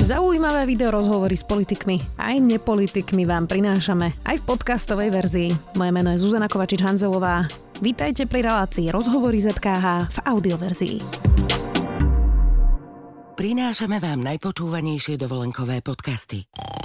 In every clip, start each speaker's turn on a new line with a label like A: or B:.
A: Zaujímavé videorozhovory s politikmi aj nepolitikmi vám prinášame aj v podcastovej verzii. Moje meno je Zuzana Kovačič-Hanzelová. Vítajte pri relácii Rozhovory ZKH v audioverzii.
B: Prinášame vám najpočúvanejšie dovolenkové podcasty.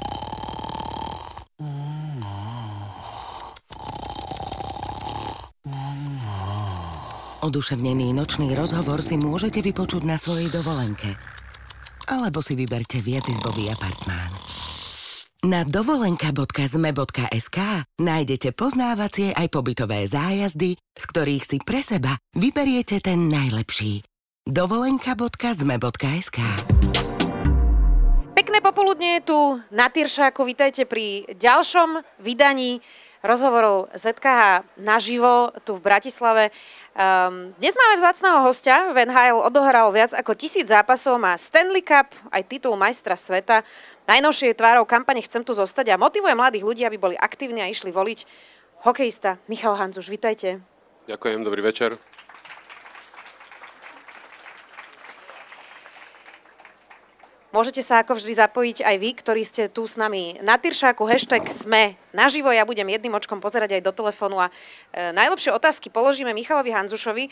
B: Oduševnený nočný rozhovor si môžete vypočuť na svojej dovolenke. Alebo si vyberte viacizbový apartmán. Na dovolenka.zme.sk nájdete poznávacie aj pobytové zájazdy, z ktorých si pre seba vyberiete ten najlepší. dovolenka.zme.sk.
C: Pekné popoludnie tu na Tyršáku. Vítajte pri ďalšom vydaní rozhovorov ZKH naživo tu v Bratislave. Dnes máme vzácneho hostia. V NHL odohral viac ako 1000 zápasov, má Stanley Cup, aj titul majstra sveta. Najnovšie je tvárou kampane Chcem tu zostať a motivuje mladých ľudí, aby boli aktívni a išli voliť. Hokejista Michal Handzuš, vítajte.
D: Ďakujem, dobrý večer.
C: Môžete sa ako vždy zapojiť aj vy, ktorí ste tu s nami na Tyršáku, hashtag Sme naživo. Ja budem jedným očkom pozerať aj do telefónu a najlepšie otázky položíme Michalovi Handzušovi.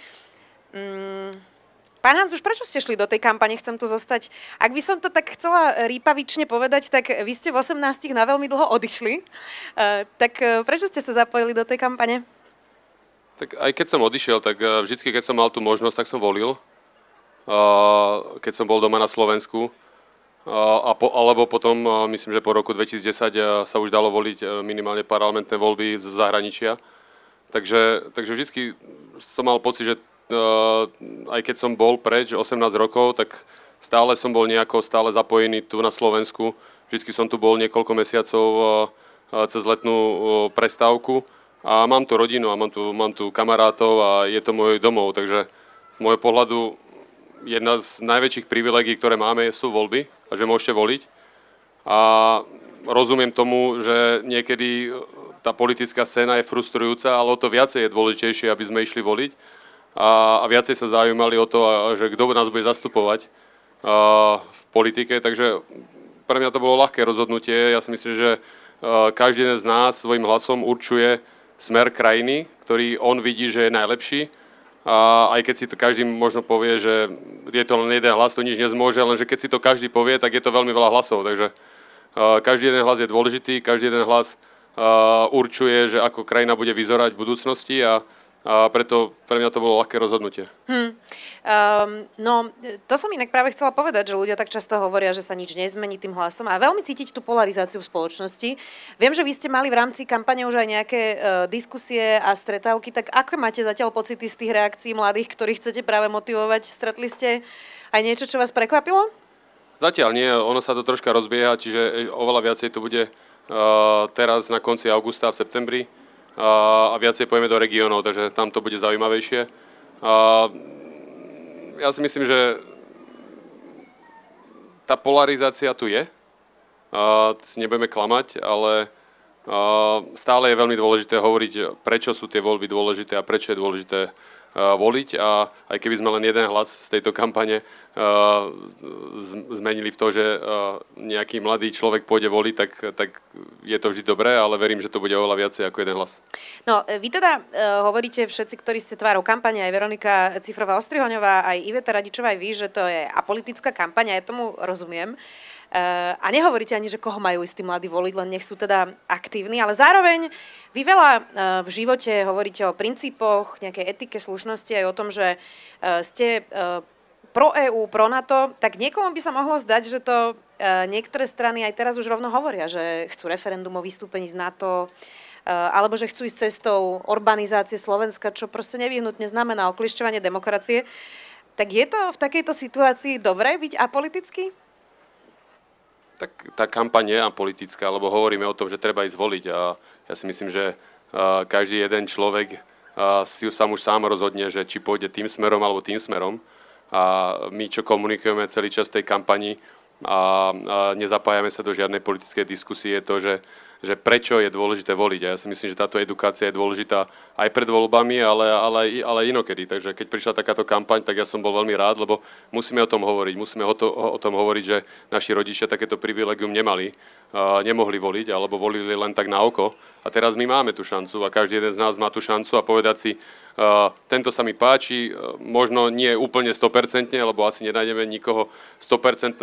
C: Pán Handzuš, prečo ste šli do tej kampane Chcem tu zostať? Ak by som to tak chcela rýpavične povedať, tak vy ste v 18 na veľmi dlho odišli. Tak prečo ste sa zapojili do tej kampane?
D: Tak aj keď som odišiel, tak vždycky, keď som mal tú možnosť, tak som volil. Keď som bol doma na Slovensku. Alebo potom, myslím, že po roku 2010 sa už dalo voliť minimálne parlamentné voľby z zahraničia. Takže vždycky som mal pocit, že aj keď som bol preč 18 rokov, tak stále som bol stále zapojený tu na Slovensku. Vždycky som tu bol niekoľko mesiacov cez letnú prestávku a mám tu rodinu a mám tu kamarátov a je to môj domov. Takže z môjho pohľadu jedna z najväčších privilegií, ktoré máme, sú voľby a že môžete voliť. A rozumiem tomu, že niekedy tá politická scéna je frustrujúca, ale o to viacej je dôležitejšie, aby sme išli voliť a viacej sa zaujímali o to, že kto nás bude zastupovať v politike. Takže pre mňa to bolo ľahké rozhodnutie. Ja si myslím, že každý jeden z nás svojím hlasom určuje smer krajiny, ktorý on vidí, že je najlepší. A aj keď si to každý možno povie, že je to len jeden hlas, to nič nezmôže, lenže keď si to každý povie, tak je to veľmi veľa hlasov. Takže každý jeden hlas je dôležitý, každý jeden hlas určuje, že ako krajina bude vyzerať v budúcnosti a preto pre mňa to bolo ľahké rozhodnutie.
C: No, to som inak práve chcela povedať, že ľudia tak často hovoria, že sa nič nezmení tým hlasom a veľmi cítiť tú polarizáciu v spoločnosti. Viem, že vy ste mali v rámci kampane už aj nejaké diskusie a stretávky, tak ako máte zatiaľ pocity z tých reakcií mladých, ktorých chcete práve motivovať? Stretli ste aj niečo, čo vás prekvapilo?
D: Zatiaľ nie, ono sa to troška rozbieha, čiže oveľa viacej to bude teraz na konci augusta a v septembri. A viacej pojeme do regiónov, takže tam to bude zaujímavejšie. Ja si myslím, že tá polarizácia tu je. Nebudeme klamať, ale stále je veľmi dôležité hovoriť, prečo sú tie voľby dôležité a prečo je dôležité voliť. A aj keby sme len jeden hlas z tejto kampane zmenili v to, že nejaký mladý človek pôjde voliť, tak je to vždy dobré, ale verím, že to bude oveľa viacej ako jeden hlas.
C: No, vy teda hovoríte všetci, ktorí ste tvárou kampane, aj Veronika Cifrová-Ostrihoňová, aj Iveta Radičová, aj vy, že to je apolitická kampaň, ja tomu rozumiem. A nehovoríte ani, že koho majú istí mladí voliť, len nech sú teda aktívni, ale zároveň vy veľa v živote hovoríte o princípoch, nejakej etike, slušnosti, aj o tom, že ste pro EÚ, pro NATO, tak niekomu by sa mohlo zdať, že to niektoré strany aj teraz už rovno hovoria, že chcú referendum o vystúpení z NATO, alebo že chcú ísť cestou urbanizácie Slovenska, čo proste nevyhnutne znamená okliešťovanie demokracie. Tak je to v takejto situácii dobré byť apolitický?
D: Tak tá kampaň je apolitická, lebo hovoríme o tom, že treba ísť voliť a ja si myslím, že každý jeden človek si už sám rozhodne, že či pôjde tým smerom alebo tým smerom. A my, čo komunikujeme celý čas tej kampani a nezapájame sa do žiadnej politickej diskusie, je to, že že prečo je dôležité voliť. A ja si myslím, že táto edukácia je dôležitá aj pred voľbami, ale inokedy. Takže keď prišla takáto kampaň, tak ja som bol veľmi rád, lebo musíme o tom hovoriť. Musíme o tom hovoriť, že naši rodičia takéto privilegium nemali, nemohli voliť, alebo volili len tak na oko. A teraz my máme tú šancu a každý jeden z nás má tú šancu a povedať si, tento sa mi páči, možno nie úplne 100%, lebo asi nenájdeme nikoho 100%,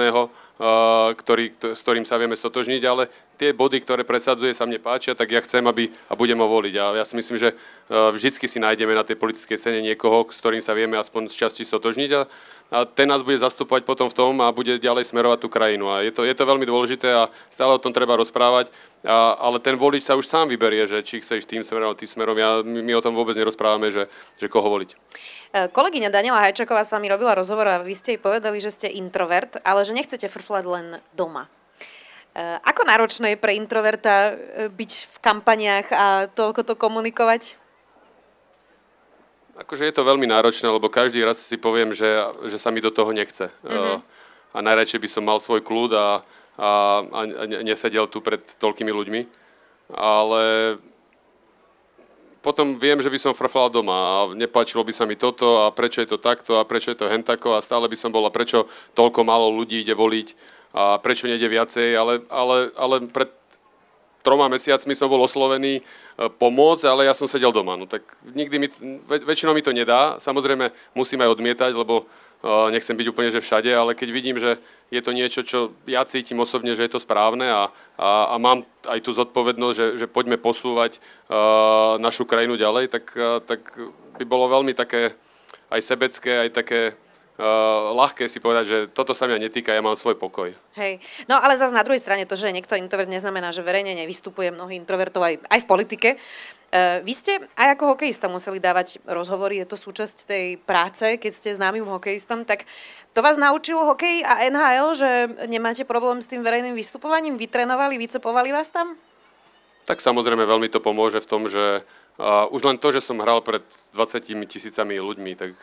D: s ktorým sa vieme stotožniť, ale tie body, ktoré presadzuje, sa mne páčia, tak ja chcem, a budem ho voliť. A ja si myslím, že vždycky si nájdeme na tej politickej scéne niekoho, s ktorým sa vieme aspoň z časti stotožniť a ten nás bude zastupovať potom v tom a bude ďalej smerovať tú krajinu. A je to veľmi dôležité a stále o tom treba rozprávať, ale ten volič sa už sám vyberie, že či chceš tým smerom, tým smerom. My o tom vôbec nerozprávame, že koho voliť.
C: Kolegyňa Daniela Hajčáková s vami robila rozhovor a vy ste jej povedali, že ste introvert, ale že nechcete frflať len doma. Ako náročné je pre introverta byť v kampaniách a toľko to komunikovať?
D: Akože je to veľmi náročné, lebo každý raz si poviem, že sa mi do toho nechce. A najradšej by som mal svoj kľud a nesedel tu pred toľkými ľuďmi. Ale potom viem, že by som frflal doma a nepáčilo by sa mi toto a prečo je to takto a prečo je to hentako a stále by som bol a prečo toľko málo ľudí ide voliť a prečo nejde viacej, ale pred 3 mesiacmi som bol oslovený pomôcť, ale ja som sedel doma. No tak väčšinou mi to nedá. Samozrejme musím aj odmietať, lebo nechcem byť úplne že všade, ale keď vidím, že je to niečo, čo ja cítim osobne, že je to správne a mám aj tú zodpovednosť, že poďme posúvať našu krajinu ďalej, tak by bolo veľmi také aj sebecké, aj také ľahké si povedať, že toto sa mňa netýka, ja mám svoj pokoj. Hej,
C: no ale zase na druhej strane to, že niekto introvert neznamená, že verejne nevystupuje, mnohí introvertov aj v politike. Vy ste aj ako hokejista museli dávať rozhovory, je to súčasť tej práce, keď ste známym hokejistom, tak to vás naučil hokej a NHL, že nemáte problém s tým verejným vystupovaním? Vytrénovali, vycepovali vás tam?
D: Tak samozrejme veľmi to pomôže v tom, že už len to, že som hral pred 20 000 ľuďmi, tak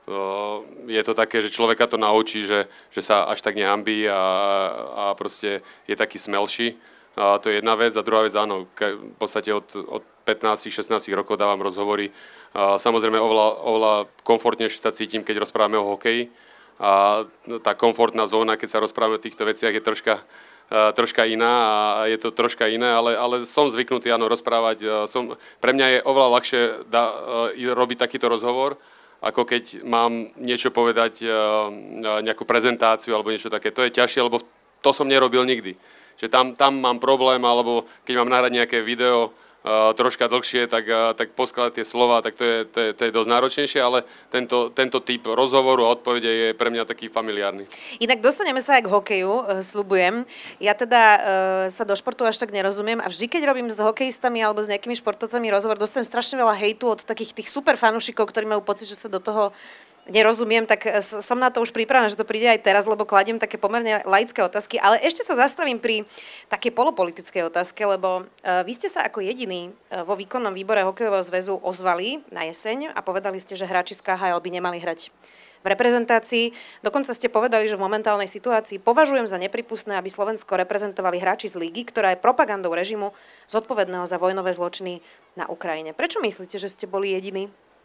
D: je to také, že človeka to naučí, že sa až tak nehambí a proste je taký smelší. A to je jedna vec. A druhá vec, áno, v podstate od 15-16 rokov dávam rozhovory. Samozrejme oveľa komfortnejšie sa cítim, keď rozprávame o hokeji. A tá komfortná zóna, keď sa rozprávame o týchto veciach, je troška iná a je to troška iné, ale som zvyknutý, áno, rozprávať. Pre mňa je oveľa ľahšie robiť takýto rozhovor, ako keď mám niečo povedať, nejakú prezentáciu alebo niečo také. To je ťažšie, lebo to som nerobil nikdy. Že tam mám problém, alebo keď mám nahrať nejaké video troška dlhšie, tak poskladať tie slova, tak to je dosť náročnejšie, ale tento typ rozhovoru a odpovede je pre mňa taký familiárny.
C: Inak dostaneme sa aj k hokeju, sľubujem. Ja teda sa do športu až tak nerozumiem a vždy, keď robím s hokejistami alebo s nejakými športovcami rozhovor, dostanem strašne veľa hejtu od takých tých super fanúšikov, ktorí majú pocit, že sa do toho nerozumiem, tak som na to už pripravená, že to príde aj teraz, lebo kladiem také pomerne laické otázky, ale ešte sa zastavím pri takej polopolitickej otázke, lebo vy ste sa ako jediný vo výkonnom výbore Hokejového zväzu ozvali na jeseň a povedali ste, že hráči z KHL by nemali hrať v reprezentácii. Dokonca ste povedali, že v momentálnej situácii považujem za nepripustné, aby Slovensko reprezentovali hráči z ligy, ktorá je propagandou režimu zodpovedného za vojnové zločiny na Ukrajine. Prečo myslíte, že ste boli jediní?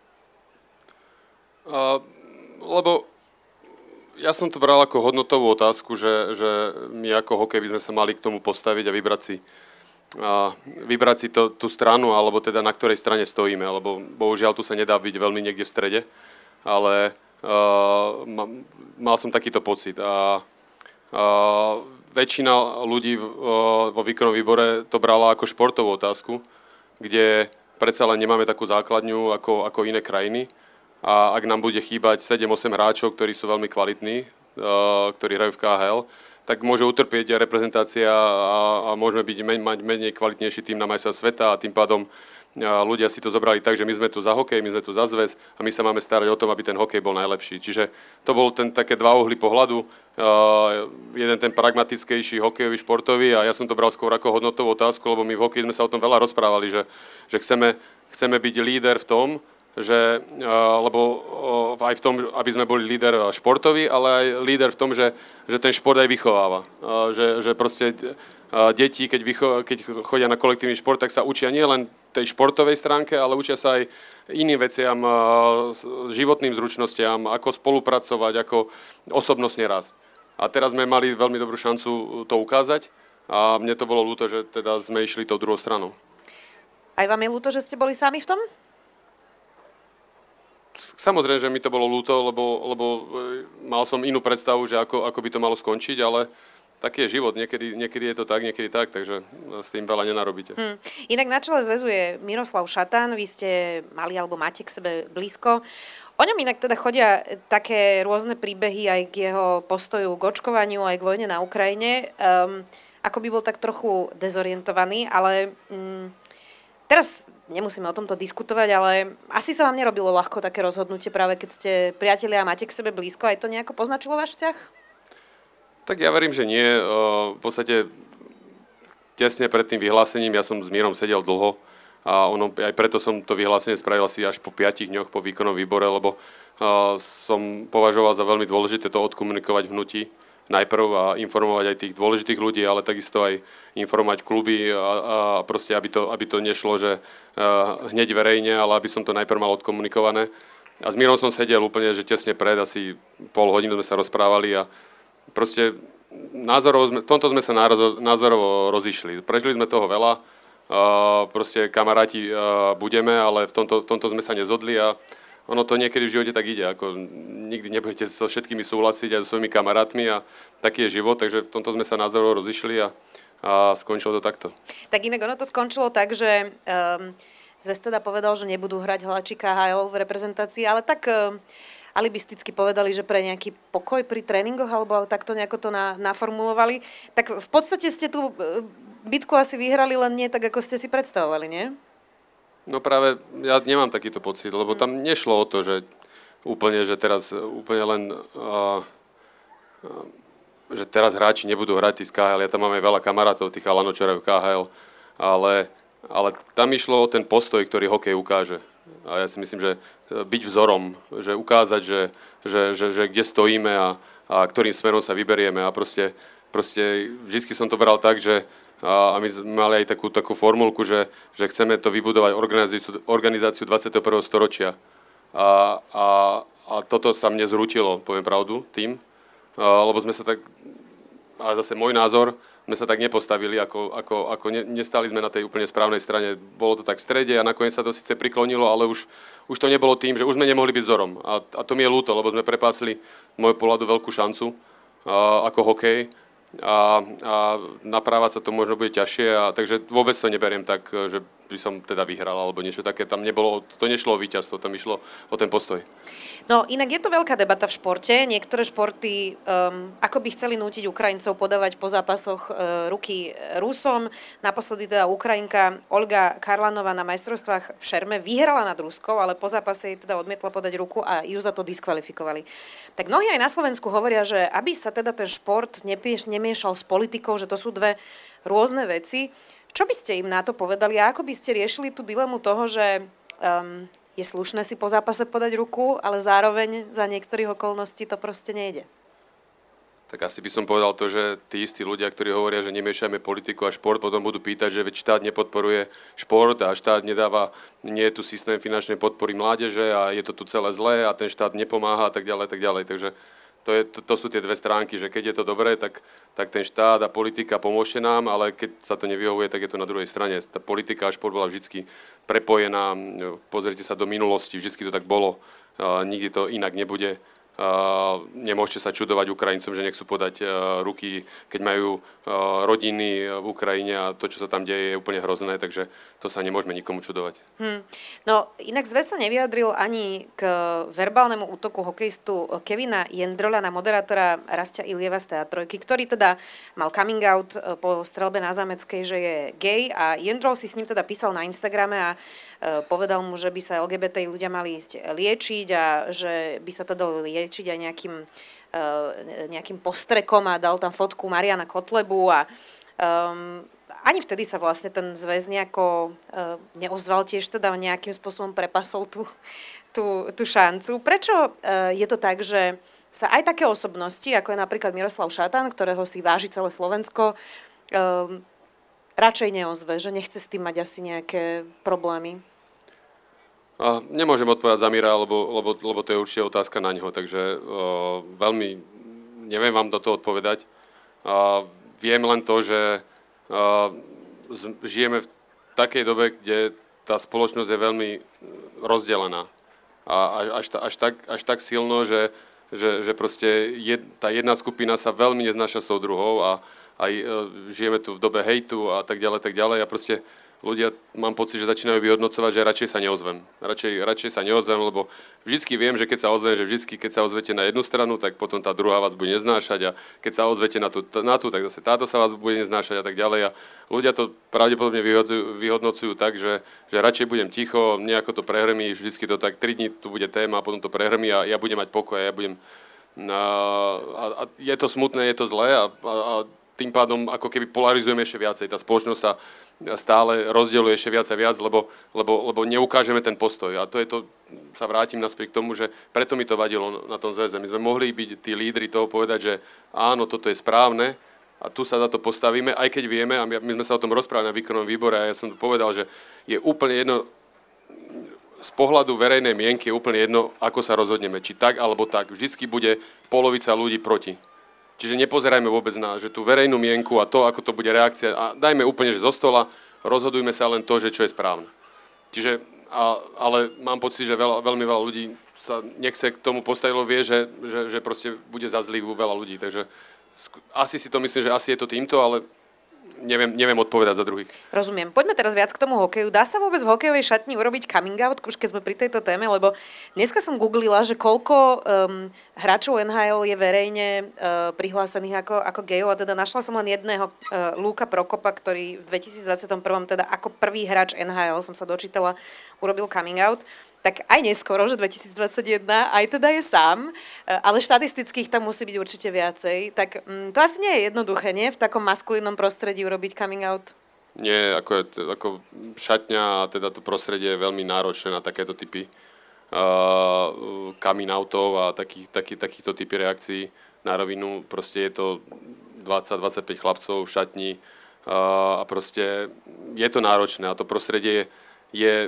D: Lebo ja som to bral ako hodnotovú otázku, že my ako hokej by sme sa mali k tomu postaviť a vybrať si tú stranu, alebo teda na ktorej strane stojíme, lebo bohužiaľ tu sa nedá byť veľmi niekde v strede, ale mal som takýto pocit a väčšina ľudí vo výkonnom výbore to brala ako športovú otázku, kde predsa len nemáme takú základňu ako iné krajiny. A ak nám bude chýbať 7-8 hráčov, ktorí sú veľmi kvalitní, ktorí hrajú v KHL, tak môže utrpieť reprezentácia a môžeme mať menej kvalitnejší tým na majstrovstvá sveta a tým pádom ľudia si to zobrali tak, že my sme tu za hokej, my sme tu za zväz a my sa máme starať o tom, aby ten hokej bol najlepší. Čiže to bol také dva uhly pohľadu. Jeden ten pragmatickejší hokejový, športový a ja som to bral skôr ako hodnotovú otázku, lebo my v hokeji sme sa o tom veľa rozprávali, že chceme byť líder v tom, lebo aj v tom, aby sme boli líder športový, ale aj líder v tom, že ten šport aj vychováva. Že proste deti, keď chodia na kolektívny šport, tak sa učia nie len tej športovej stránke, ale učia sa aj iným veciam, životným zručnostiam, ako spolupracovať, ako osobnostne rásť. A teraz sme mali veľmi dobrú šancu to ukázať a mne to bolo ľúto, že teda sme išli tou druhou stranou.
C: Aj vám je ľúto, že ste boli sami v tom?
D: Samozrejme, že mi to bolo ľúto, lebo mal som inú predstavu, že ako by to malo skončiť, ale taký je život, niekedy je to tak, niekedy tak, takže s tým veľa nenarobíte.
C: Inak na čele zväzu je Miroslav Šatan, vy ste mali alebo máte k sebe blízko. O ňom inak teda chodia také rôzne príbehy aj k jeho postoju k očkovaniu, aj k vojne na Ukrajine. Ako by bol tak trochu dezorientovaný, ale teraz nemusíme o tomto diskutovať, ale asi sa vám nerobilo ľahko také rozhodnutie práve keď ste priatelia a máte k sebe blízko. Aj to nejako poznačilo váš vzťah?
D: Tak ja verím, že nie. V podstate tesne pred tým vyhlásením ja som s Mírom sedel dlho a aj preto som to vyhlásenie spravil asi až po 5 dňoch po výkonnom výbore, lebo som považoval za veľmi dôležité to odkomunikovať v hnutí najprv a informovať aj tých dôležitých ľudí, ale takisto aj informovať kluby a proste, aby to nešlo, že hneď verejne, ale aby som to najprv mal odkomunikované. A s Mírom som sedel úplne, že tesne pred, asi pol hodinu sme sa rozprávali a proste v tomto sme sa názorovo rozišli. Prežili sme toho veľa, proste kamaráti budeme, ale v tomto sme sa nezhodli a ono to niekedy v živote tak ide, ako nikdy nebudete so všetkými súhlasiť aj so svojimi kamarátmi a taký je život, takže v tomto sme sa názorovo rozišli a skončilo to takto. Tak
C: inak ono to skončilo tak, že Zväz teda povedal, že nebudú hrať hráči KHL v reprezentácii, ale tak alibisticky povedali, že pre nejaký pokoj pri tréningoch, alebo takto nejako to naformulovali. Tak v podstate ste tú bitku asi vyhrali, len nie tak, ako ste si predstavovali, nie?
D: No práve ja nemám takýto pocit, lebo tam nešlo o to, že úplne, že teraz úplne len že teraz hráči nebudú hrať z KHL. Ja tam mám aj veľa kamarátov, tých Alanočarov KHL, ale tam išlo o ten postoj, ktorý hokej ukáže. A ja si myslím, že byť vzorom, že ukázať, že kde stojíme a ktorým smerom sa vyberieme. A proste vždy som to bral tak, že a my sme mali aj takú formulku, že chceme to vybudovať organizáciu 21. storočia. A toto sa mne zrútilo, poviem pravdu, tým, lebo sme sa tak, a zase môj názor, sme sa tak nepostavili, nestali sme na tej úplne správnej strane. Bolo to tak v strede a nakoniec sa to síce priklonilo, ale už to nebolo tým, že už sme nemohli byť vzorom. A to mi je ľúto, lebo sme prepásli z môjho pohľadu veľkú šancu ako hokej a naprávať sa to možno bude ťažšie. Takže vôbec to neberiem tak, že by som teda vyhral alebo niečo také. Tam to nešlo o víťazstvo, tam išlo o ten postoj.
C: No inak je to veľká debata v športe. Niektoré športy ako by chceli nútiť Ukrajincov podávať po zápasoch ruky Rusom. Naposledy teda Ukrajinka Olga Karlanová na majstrovstvách v Šerme vyhrala nad Ruskou, ale po zápase jej teda odmietla podať ruku a ju za to diskvalifikovali. Tak mnohí aj na Slovensku hovoria, že aby sa teda ten šport nemiešal s politikou, že to sú dve rôzne veci. Čo by ste im na to povedali a ako by ste riešili tú dilemu toho, že je slušné si po zápase podať ruku, ale zároveň za niektorých okolností to proste nejde?
D: Tak asi by som povedal to, že tí istí ľudia, ktorí hovoria, že nemiešajme politiku a šport, potom budú pýtať, že veď štát nepodporuje šport a štát nie je tu systém finančnej podpory mládeže a je to tu celé zlé a ten štát nepomáha a tak ďalej, tak ďalej. Takže to sú tie dve stránky, že keď je to dobré, tak ten štát a politika pomôže nám, ale keď sa to nevyhovuje, tak je to na druhej strane. Tá politika a šport bola vždy prepojená. Pozrite sa do minulosti, vždy to tak bolo. Nikdy to inak nebude. Nemôžete sa čudovať Ukrajincom, že nechcú podať ruky, keď majú rodiny v Ukrajine a to, čo sa tam deje, je úplne hrozné, takže to sa nemôžeme nikomu čudovať.
C: No inak Zväz sa nevyjadril ani k verbálnemu útoku hokejistu Kevina Jendrola na moderátora Rastia Ilieva z Teatrojky, ktorý teda mal coming out po streľbe na Zámeckej, že je gay a Jendrol si s ním teda písal na Instagrame a povedal mu, že by sa LGBT ľudia mali ísť liečiť a že by sa to dalo liečiť aj nejakým postrekom a dal tam fotku Mariana Kotlebu a ani vtedy sa vlastne ten zväz nejako neozval, tiež teda nejakým spôsobom prepasol tú šancu. Prečo je to tak, že sa aj také osobnosti, ako je napríklad Miroslav Šatan, ktorého si váži celé Slovensko, radšej neozve, že nechce s tým mať asi nejaké problémy?
D: Nemôžem odpovedať za Mira, lebo to je určite otázka na neho, takže veľmi neviem vám do toho odpovedať. Viem len to, že žijeme v takej dobe, kde tá spoločnosť je veľmi rozdelená. A až tak silno, že proste tá jedna skupina sa veľmi neznáša s tou druhou a žijeme tu v dobe hejtu a tak ďalej a proste ľudia, mám pocit, že začínajú vyhodnocovať, že radšej sa neozvem. Radšej sa neozvem, lebo vždycky viem, že keď sa ozvem, že vždycky, keď sa ozvete na jednu stranu, tak potom tá druhá vás bude neznášať a keď sa ozvete na tú, tak zase táto sa vás bude neznášať a tak ďalej. A ľudia to pravdepodobne vyhodnocujú tak, že radšej budem ticho, nejako to prehrmí, vždycky to tak 3 dní tu bude téma a potom to prehrmí a ja budem mať pokoj, a je to smutné, je to zlé a tým pádom ako keby polarizujeme ešte viacej. Tá spoločnosť sa stále rozdeľuje ešte viac a viac, lebo neukážeme ten postoj. A sa vrátim naspäť k tomu, že preto mi to vadilo na tom zväze. My sme mohli byť tí lídri toho povedať, že áno, toto je správne a tu sa za to postavíme, aj keď vieme, a my sme sa o tom rozprávali na výkonnom výbore a ja som tu povedal, že je úplne jedno, z pohľadu verejnej mienky je úplne jedno, ako sa rozhodneme, či tak alebo tak. Vždycky bude polovica ľudí proti. Čiže nepozerajme vôbec na že tú verejnú mienku a to, ako to bude reakcia. A dajme úplne, že zo stola, rozhodujme sa len to, že čo je správne. Čiže, ale mám pocit, že veľmi veľa ľudí sa nechce k tomu postavilo, vie, že proste bude za zlých veľa ľudí. Takže asi si to myslím, že asi je to týmto, ale neviem odpovedať za druhých.
C: Rozumiem. Poďme teraz viac k tomu hokeju. Dá sa vôbec v hokejovej šatni urobiť coming out, už keď sme pri tejto téme, lebo dneska som googlila, že koľko hráčov NHL je verejne prihlásených ako gejov a teda našla som len jedného, Luka Prokopa, ktorý v 2021, teda ako prvý hráč NHL, som sa dočítala, urobil coming out. Tak aj neskoro, že 2021, aj teda je sám, ale štatistických tam musí byť určite viacej. Tak to asi nie je jednoduché, nie? V takom maskulínnom prostredí urobiť coming out?
D: Nie, ako šatňa a teda to prostredie je veľmi náročné na takéto typy coming outov a takýchto typy reakcií na rovinu. Proste je to 20-25 chlapcov v šatni a proste je to náročné a to prostredie je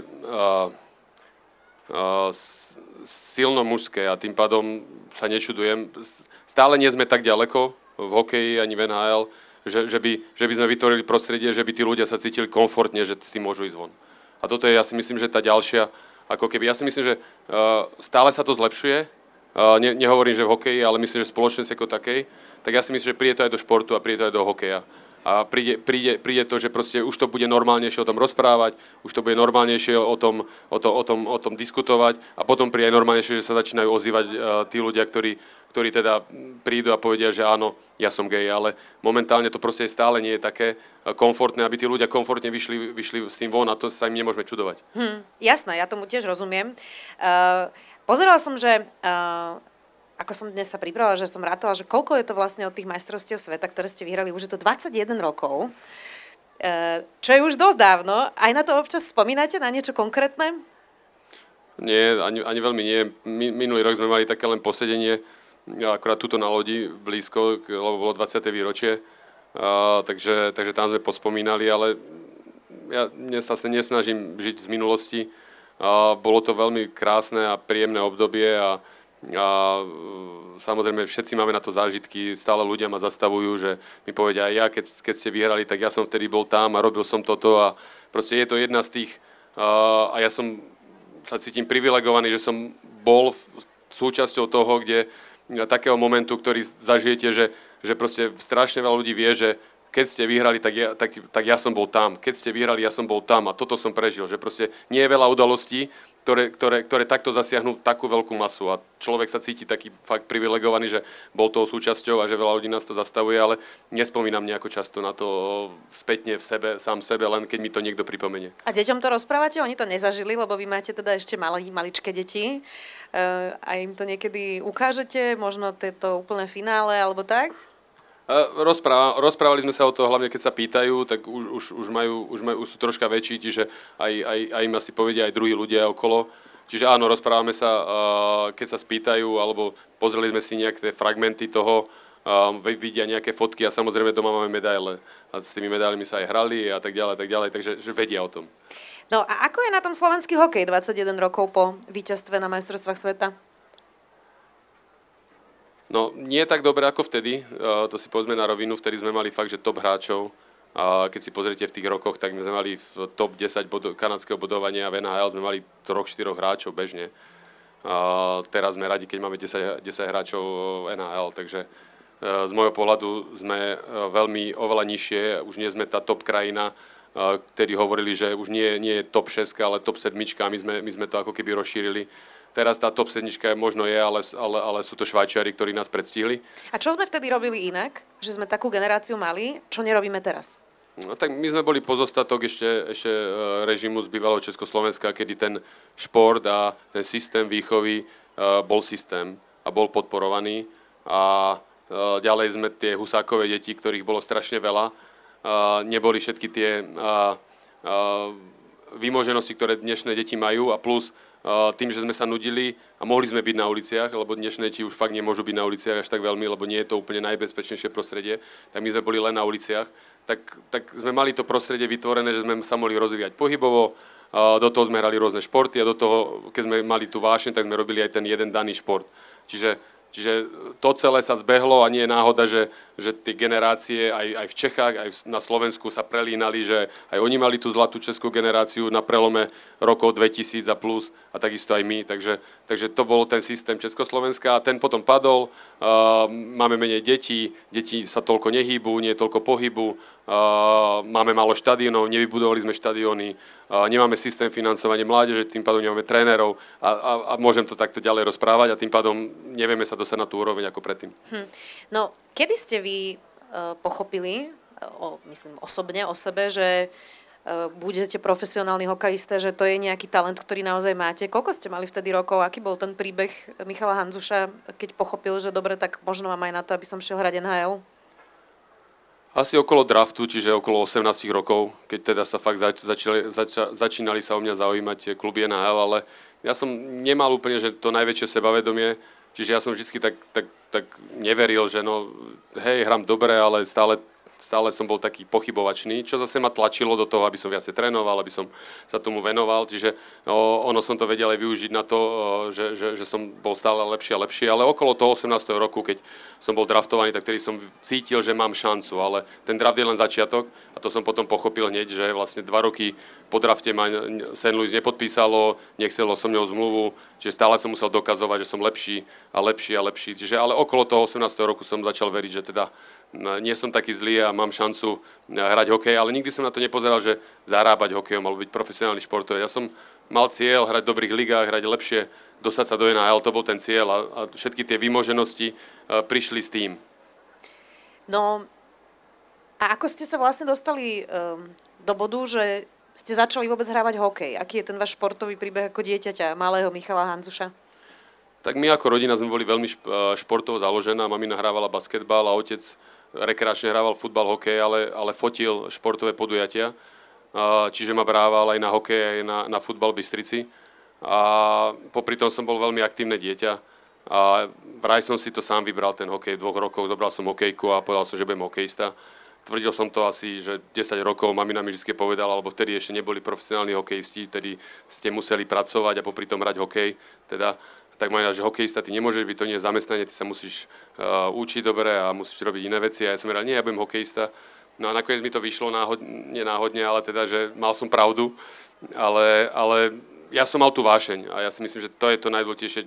D: silno mužské a tým pádom sa nečudujem. Stále nie sme tak ďaleko v hokeji ani v NHL, že by sme vytvorili prostredie, že by tí ľudia sa cítili komfortne, že s tým môžu ísť von. A toto je, ja si myslím, že tá ďalšia, ako keby, ja si myslím, že stále sa to zlepšuje, nehovorím, že v hokeji, ale myslím, že spoločnosť ako takej, tak ja si myslím, že príde to aj do športu a príde to aj do hokeja. A príde to, že proste už to bude normálnejšie o tom rozprávať, už to bude normálnejšie o tom diskutovať a potom príde aj normálnejšie, že sa začínajú ozývať tí ľudia, ktorí teda prídu a povedia, že áno, ja som gej, ale momentálne to proste stále nie je také komfortné, aby tí ľudia komfortne vyšli s tým von a to sa im nemôžeme čudovať.
C: Jasné, ja tomu tiež rozumiem. Pozerala som, že ako som dnes sa pripravila, že som rátala, že koľko je to vlastne od tých majstrovstiev sveta, ktoré ste vyhrali, už je to 21 rokov, čo je už dosť dávno. Aj na to občas spomínate, na niečo konkrétne?
D: Nie, ani veľmi nie. Minulý rok sme mali také len posedenie, akorát tuto na lodi blízko, lebo bolo 20. výročie, takže tam sme pospomínali, ale ja sa nesnažím žiť z minulosti. Bolo to veľmi krásne a príjemné obdobie a samozrejme všetci máme na to zážitky, stále ľudia ma zastavujú, že mi povedia aj ja, keď ste vyhrali, tak ja som vtedy bol tam a robil som toto a proste je to jedna z tých a ja sa cítim privilegovaný, že som bol súčasťou toho, kde takého momentu, ktorý zažijete, že proste strašne veľa ľudí vie, že keď ste vyhrali, tak ja som bol tam. Keď ste vyhrali, ja som bol tam a toto som prežil. Že proste nie je veľa udalostí, ktoré takto zasiahnu takú veľkú masu. A človek sa cíti taký fakt privilegovaný, že bol toho súčasťou a že veľa ľudí nás to zastavuje, ale nespomínam nejako často na to spätne v sebe, sám sebe, len keď mi to niekto pripomenie.
C: A deťom to rozprávate? Oni to nezažili, lebo vy máte teda ešte maličké deti. A im to niekedy ukážete? Možno to úplné finále alebo tak?
D: Rozprávali sme sa o toho, hlavne keď sa pýtajú, tak už sú troška väčší, čiže aj im asi povedia aj druhí ľudia okolo. Čiže áno, rozprávame sa, keď sa spýtajú, alebo pozreli sme si nejaké fragmenty toho, vidia nejaké fotky a samozrejme doma máme medaile. A s tými medailami sa aj hrali a tak ďalej, takže že vedia o tom.
C: No a ako je na tom slovenský hokej 21 rokov po víťazstve na majstrovstvách sveta?
D: No, nie je tak dobre ako vtedy, to si povedzme na rovinu, vtedy sme mali fakt, že top hráčov. A keď si pozriete v tých rokoch, tak my sme mali v top 10 kanadského bodovania a v NHL sme mali 3-4 hráčov bežne. A teraz sme radi, keď máme 10 hráčov v NHL, takže z môjho pohľadu sme veľmi oveľa nižšie, už nie sme tá top krajina, ktorí hovorili, že už nie je top 6, ale top 7 a my sme to ako keby rozšírili. Teraz tá top 7 možno je, ale sú to Švajčiari, ktorí nás predstihli.
C: A čo sme vtedy robili inak? Že sme takú generáciu mali, čo nerobíme teraz?
D: No, tak my sme boli pozostatok ešte režimu z bývalého Československa, kedy ten šport a ten systém výchovy bol systém a bol podporovaný. A ďalej sme tie husákové deti, ktorých bolo strašne veľa. Neboli všetky tie výmoženosti, ktoré dnešné deti majú a plus tým, že sme sa nudili a mohli sme byť na uliciach, lebo dnešné deti už fakt nemôžu byť na uliciach až tak veľmi, lebo nie je to úplne najbezpečnejšie prostredie, tak my sme boli len na uliciach, tak sme mali to prostredie vytvorené, že sme sa mohli rozvíjať pohybovo, do toho sme hrali rôzne športy a do toho, keď sme mali tú vášeň, tak sme robili aj ten jeden daný šport. Čiže to celé sa zbehlo a nie je náhoda, že tie generácie aj v Čechách, aj na Slovensku sa prelínali, že aj oni mali tú zlatú českú generáciu na prelome rokov 2000 a plus a takisto aj my. Takže to bol ten systém Československa a ten potom padol. Máme menej detí, deti sa toľko nehýbu, nie je toľko pohybu, máme málo štadiónov, nevybudovali sme štadióny, nemáme systém financovania mládeže, tým pádom nemáme trénerov a môžem to takto ďalej rozprávať a tým pádom nevieme sa dostať na tú úroveň ako predtým.
C: No, kedy ste vy pochopili, myslím osobne o sebe, že budete profesionálny hokejista, že to je nejaký talent, ktorý naozaj máte? Koľko ste mali vtedy rokov? Aký bol ten príbeh Michala Handzuša, keď pochopil, že dobre, tak možno mám aj na to, aby som šiel hrať NHL?
D: Asi okolo draftu, čiže okolo 18 rokov, keď teda sa fakt začínali sa o mňa zaujímať kluby NHL, ale ja som nemal úplne, že to najväčšie sebavedomie, čiže ja som vždy tak neveril, že no, hej, hram dobre, ale stále som bol taký pochybovačný, čo zase ma tlačilo do toho, aby som viacej trénoval, aby som sa tomu venoval, čiže ono som to vedel aj využiť na to, že som bol stále lepšie a lepšie, ale okolo toho 18. roku, keď som bol draftovaný, tak vtedy som cítil, že mám šancu, ale ten draft je len začiatok a to som potom pochopil hneď, že vlastne 2 roky po drafte ma St. Louis nepodpísalo, nechcelo so mňou zmluvu, čiže stále som musel dokazovať, že som lepší a lepší a lepší, čiže ale okolo toho 18. roku som začal veriť, že teda nie som taký zlý a mám šancu hrať hokej, ale nikdy som na to nepozeral, že zarábať hokejom alebo byť profesionálny športovec. Ja som mal cieľ hrať v dobrých ligách, hrať lepšie, dostať sa do NHL, to bol ten cieľ a všetky tie vymoženosti prišli s tým.
C: No a ako ste sa vlastne dostali do bodu, že ste začali vôbec hrávať hokej? Aký je ten váš športový príbeh ako dieťaťa, malého Michala Handzuša?
D: Tak my ako rodina sme boli veľmi športovo založená. Mamina hrávala basketbal a otec rekreačne hrával futbal, hokej, ale fotil športové podujatia. Čiže ma brával aj na hokej, aj na futbal v Bystrici. A popri tom som bol veľmi aktívne dieťa. A vraj som si to sám vybral, ten hokej v 2 rokoch. Zobral som hokejku a povedal som, že budem hokejista. Tvrdil som to asi, že 10 rokov, mamina mi vždy povedala, alebo vtedy ešte neboli profesionálni hokejisti, vtedy ste museli pracovať a popri tom hrať hokej. Tak ma že hokejista, ty nemôžeš byť, to nie je zamestnanie, ty sa musíš učiť dobre a musíš robiť iné veci. A ja som povedal, nie, ja budem hokejista. No a nakoniec mi to vyšlo nie náhodne, ale teda, že mal som pravdu. Ale ja som mal tú vášeň a ja si myslím, že to je to najdôležitejšie,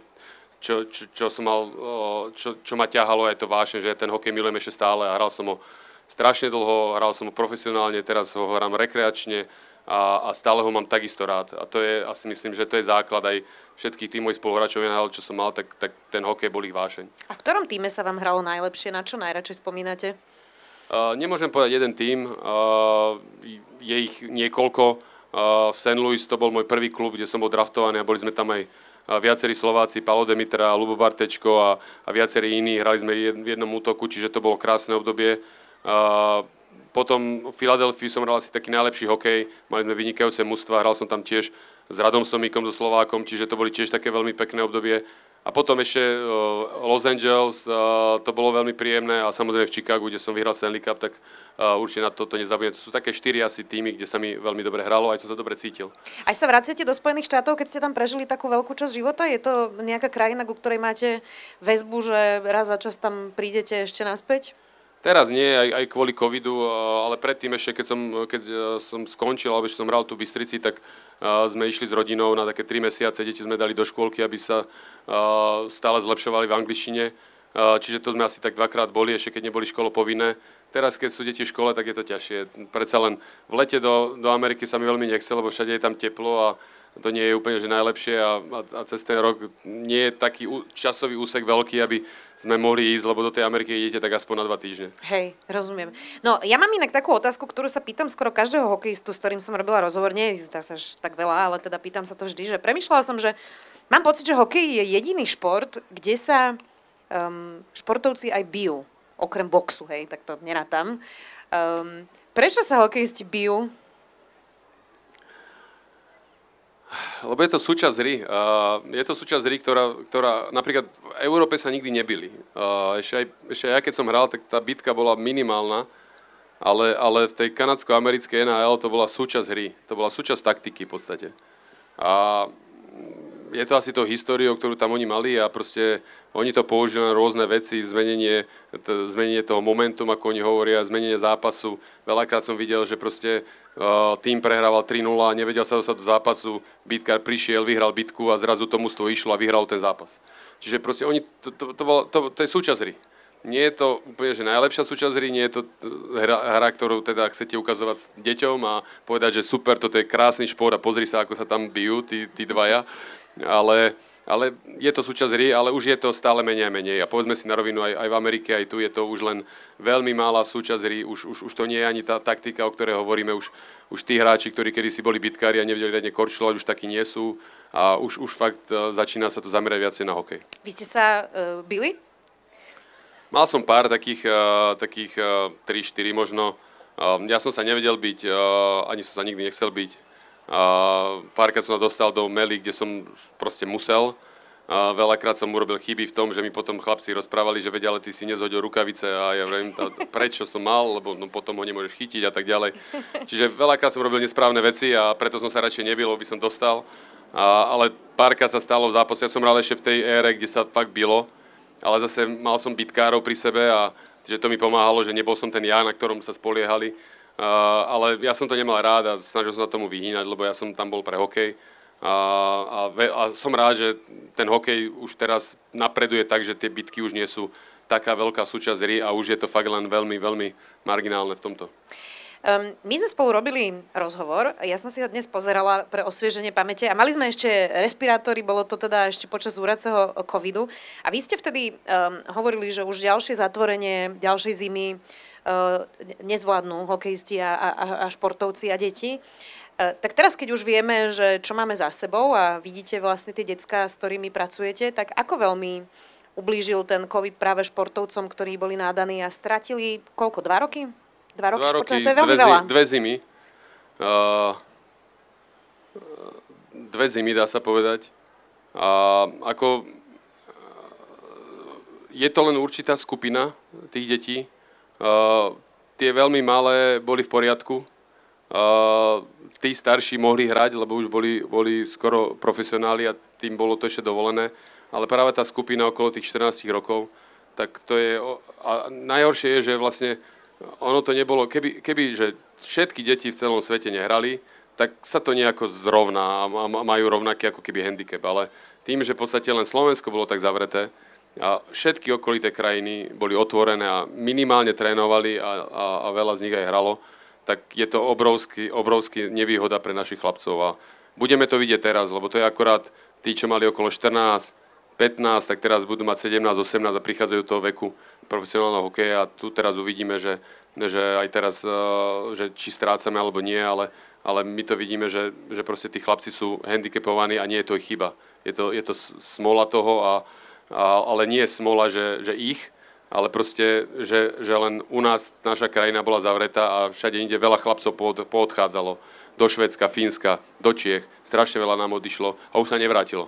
D: čo ma ťahalo, aj to vášeň, že ten hokej milujem ešte stále a hral som ho strašne dlho, hral som ho profesionálne, teraz ho hrám rekreačne a stále ho mám takisto rád. A to je, asi myslím, že to je základ aj všetkých tých mojich spoluhráčov, čo som mal, tak ten hokej bol ich vášeň. A
C: v ktorom týme sa vám hralo najlepšie? Na čo najradšej spomínate?
D: Nemôžem povedať jeden tím, je ich niekoľko. V St. Louis to bol môj prvý klub, kde som bol draftovaný a boli sme tam aj viacerí Slováci, Palo Demitra, Ľubo Bartečko a viacerí iní. Hrali sme v jednom útoku, čiže to bolo krásne obdobie. Potom v Filadelfii som hral asi taký najlepší hokej, mali sme vynikajúce mužstva, hral som tam tiež s Radom Somíkom, so Slovákom, čiže to boli tiež také veľmi pekné obdobie. A potom ešte Los Angeles, to bolo veľmi príjemné a samozrejme v Chicagu, kde som vyhral Stanley Cup, tak určite na to nezabudnem. To sú také 4 asi týmy, kde sa mi veľmi dobre hralo, aj som sa dobre cítil.
C: Aj sa vraciate do Spojených štátov, keď ste tam prežili takú veľkú časť života? Je to nejaká krajina, ku ktorej máte väzbu, že raz za čas tam prídete ešte naspäť?
D: Teraz nie, aj kvôli covidu, ale predtým ešte, keď som skončil, alebo ešte som hral tu v Bystrici, tak sme išli s rodinou na také 3 mesiace, deti sme dali do škôlky, aby sa stále zlepšovali v angličtine. Čiže to sme asi tak 2-krát boli, ešte keď neboli školopovinné. Teraz, keď sú deti v škole, tak je to ťažšie. Predsa len v lete do Ameriky sa mi veľmi nechce, lebo všade je tam teplo a to nie je úplne že najlepšie a cez ten rok nie je taký časový úsek veľký, aby sme mohli ísť, lebo do tej Ameriky idete tak aspoň na 2 týždne.
C: Hej, rozumiem. No, ja mám inak takú otázku, ktorú sa pýtam skoro každého hokejistu, s ktorým som robila rozhovor. Nie je zdá sa tak veľa, ale teda pýtam sa to vždy, že premýšľala som, že mám pocit, že hokej je jediný šport, kde sa športovci aj bijú. Okrem boxu, hej, tak to nerátam. Prečo sa hokejisti bijú?
D: Lebo je to súčasť hry. Je to súčasť hry, ktorá napríklad v Európe sa nikdy nebili. Ešte aj ja, keď som hral, tak tá bitka bola minimálna, ale v tej kanadsko-americkej NHL to bola súčasť hry. To bola súčasť taktiky v podstate. A je to asi tou históriou, ktorú tam oni mali a proste oni to použili na rôzne veci, zmenenie toho momentum, ako oni hovoria, zmenenie zápasu. Veľakrát som videl, že proste tým prehrával 3-0 a nevedel sa dostať do zápasu, bitkár prišiel, vyhral bitku a zrazu to mužstvo išlo a vyhralo ten zápas. Čiže proste oni, to je súčasť hry. Nie je to úplne že najlepšia súčasť hry, nie je to hra, ktorú teda chcete ukazovať deťom a povedať, že super, toto je krásny šport a pozri sa, ako sa tam bijú tí dvaja. Ale je to súčasť hry, ale už je to stále menej a menej. A povedzme si na rovinu, aj v Amerike, aj tu je to už len veľmi malá súčasť hry. Už to nie je ani tá taktika, o ktorej hovoríme. Už tí hráči, ktorí kedysi boli bitkári a nevedeli riadne korčulovať, už takí nie sú. A už fakt začína sa to zamerať viacej na hokej.
C: Vy ste sa bili?
D: Mal som pár takých 3-4 možno. Ja som sa nevedel byť, ani som sa nikdy nechcel byť. Párkrát som sa dostal do mely, kde som proste musel. Veľakrát som urobil chyby v tom, že mi potom chlapci rozprávali, že vedia, ale ty si nezhodil rukavice a ja viem, prečo som mal, lebo potom ho nemôžeš chytiť a tak ďalej. Čiže veľakrát som robil nesprávne veci a preto som sa radšej nebil, lebo by som dostal. Ale párkrát sa stalo v zápase, ja som hral ešte v tej ére, kde sa fakt bilo, ale zase mal som bitkárov pri sebe a že to mi pomáhalo, že nebol som ten ja, na ktorom sa spoliehali. Ale ja som to nemal rád a snažil som sa tomu vyhýnať, lebo ja som tam bol pre hokej. A som rád, že ten hokej už teraz napreduje tak, že tie bitky už nie sú taká veľká súčasť hry a už je to fakt len veľmi, veľmi marginálne v tomto.
C: My sme spolu robili rozhovor, ja som si ho dnes pozerala pre osvieženie pamäte a mali sme ešte respirátory, bolo to teda ešte počas úradceho covidu a vy ste vtedy hovorili, že už ďalšie zatvorenie, ďalšej zimy nezvládnu hokejisti a športovci a deti. Tak teraz, keď už vieme, že čo máme za sebou a vidíte vlastne tie decká, s ktorými pracujete, tak ako veľmi ublížil ten COVID práve športovcom, ktorí boli nádaní a stratili koľko, 2 roky? 2 roky športovania, to je veľmi veľa.
D: 2 zimy. 2 zimy, dá sa povedať. Je to len určitá skupina tých detí. Tie veľmi malé boli v poriadku. Tí starší mohli hrať, lebo už boli skoro profesionáli a tým bolo to ešte dovolené. Ale práve tá skupina okolo tých 14 rokov, tak to je... A najhoršie je, že vlastne ono to nebolo... Keby že všetky deti v celom svete nehrali, tak sa to nejako zrovná a majú rovnaký ako keby handicap. Ale tým, že v podstate len Slovensko bolo tak zavreté, a všetky okolité krajiny boli otvorené a minimálne trénovali a veľa z nich aj hralo, tak je to obrovský nevýhoda pre našich chlapcov. A budeme to vidieť teraz, lebo to je akorát tí, čo mali okolo 14, 15, tak teraz budú mať 17, 18 a prichádzajú do toho veku profesionálneho hokeja a tu teraz uvidíme, že aj teraz, že či strácame alebo nie, ale my to vidíme, že proste tí chlapci sú handicapovaní a nie je to ich chyba. Je to smola toho ale nie je smola, že ich, ale proste, že len u nás naša krajina bola zavretá a všade inde veľa chlapcov poodchádzalo. Do Švédska, Fínska, do Čiech, strašne veľa nám odišlo a už sa nevrátilo.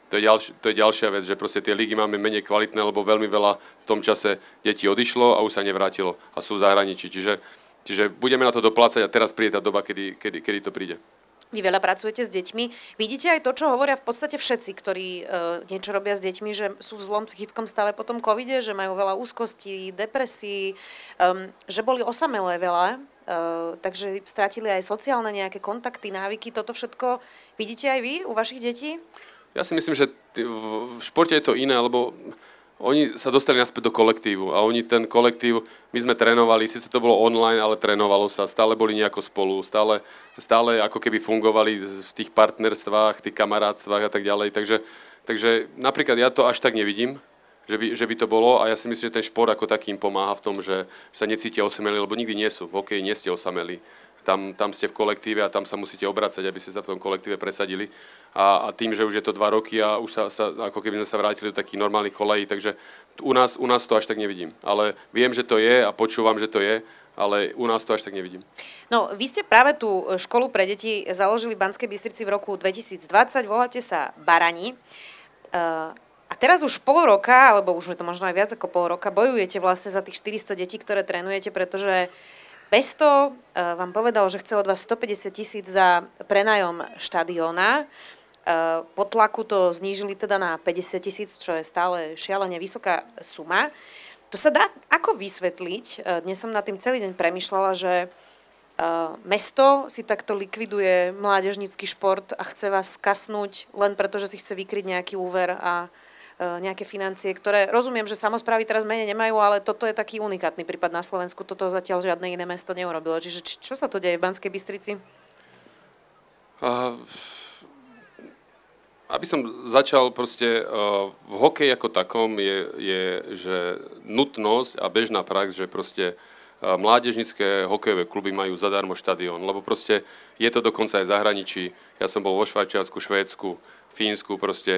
D: To je ďalšia vec, že proste tie ligy máme menej kvalitné, lebo veľmi veľa v tom čase detí odišlo a už sa nevrátilo a sú v zahraničí. Čiže budeme na to doplácať a teraz príde tá doba, kedy to príde.
C: Vy veľa pracujete s deťmi. Vidíte aj to, čo hovoria v podstate všetci, ktorí niečo robia s deťmi, že sú v zlom psychickom stave po tom covide, že majú veľa úzkostí, depresií, že boli osamelé veľa, takže stratili aj sociálne nejaké kontakty, návyky. Toto všetko vidíte aj vy u vašich detí?
D: Ja si myslím, že v športe je to iné, lebo oni sa dostali naspäť do kolektívu a oni ten kolektív, my sme trénovali, síce to bolo online, ale trénovalo sa, stále boli nejako spolu, stále ako keby fungovali v tých partnerstvách, tých kamarátstvách a tak ďalej. Takže napríklad ja to až tak nevidím, že by to bolo a ja si myslím, že ten šport ako taký im pomáha v tom, že sa necítia osamelí, lebo nikdy nie sú. V hokeji nie ste osamelí. Tam ste v kolektíve a tam sa musíte obracať, aby ste sa v tom kolektíve presadili. A tým, že už je to 2 roky a už sa ako keby sme sa vrátili do takých normálnych kolejí, takže u nás to až tak nevidím. Ale viem, že to je a počúvam, že to je, ale u nás to až tak nevidím.
C: No, vy ste práve tú školu pre deti založili v Banskej Bystrici v roku 2020, voláte sa Barani. A teraz už pol roka, alebo už je to možno aj viac ako pol roka, bojujete vlastne za tých 400 detí, ktoré trénujete, pretože Pesto vám povedal, že chce od vás 150 000 za prenájom štadióna. Po tlaku to znížili teda na 50 000, čo je stále šialene vysoká suma. To sa dá ako vysvetliť? Dnes som nad tým celý deň premýšľala, že mesto si takto likviduje mládežnícky šport a chce vás skasnúť len preto, že si chce vykryť nejaký úver a nejaké financie, ktoré rozumiem, že samosprávy teraz menej nemajú, ale toto je taký unikátny prípad na Slovensku. Toto zatiaľ žiadne iné mesto neurobilo. Čiže čo sa to deje v Banskej Bystrici?
D: Aby som začal proste, v hokeji ako takom je že nutnosť a bežná prax, že proste mládežnícke hokejové kluby majú zadarmo štadión, lebo proste je to dokonca aj v zahraničí. Ja som bol vo Švajčiarsku, Švédsku, Fínsku, proste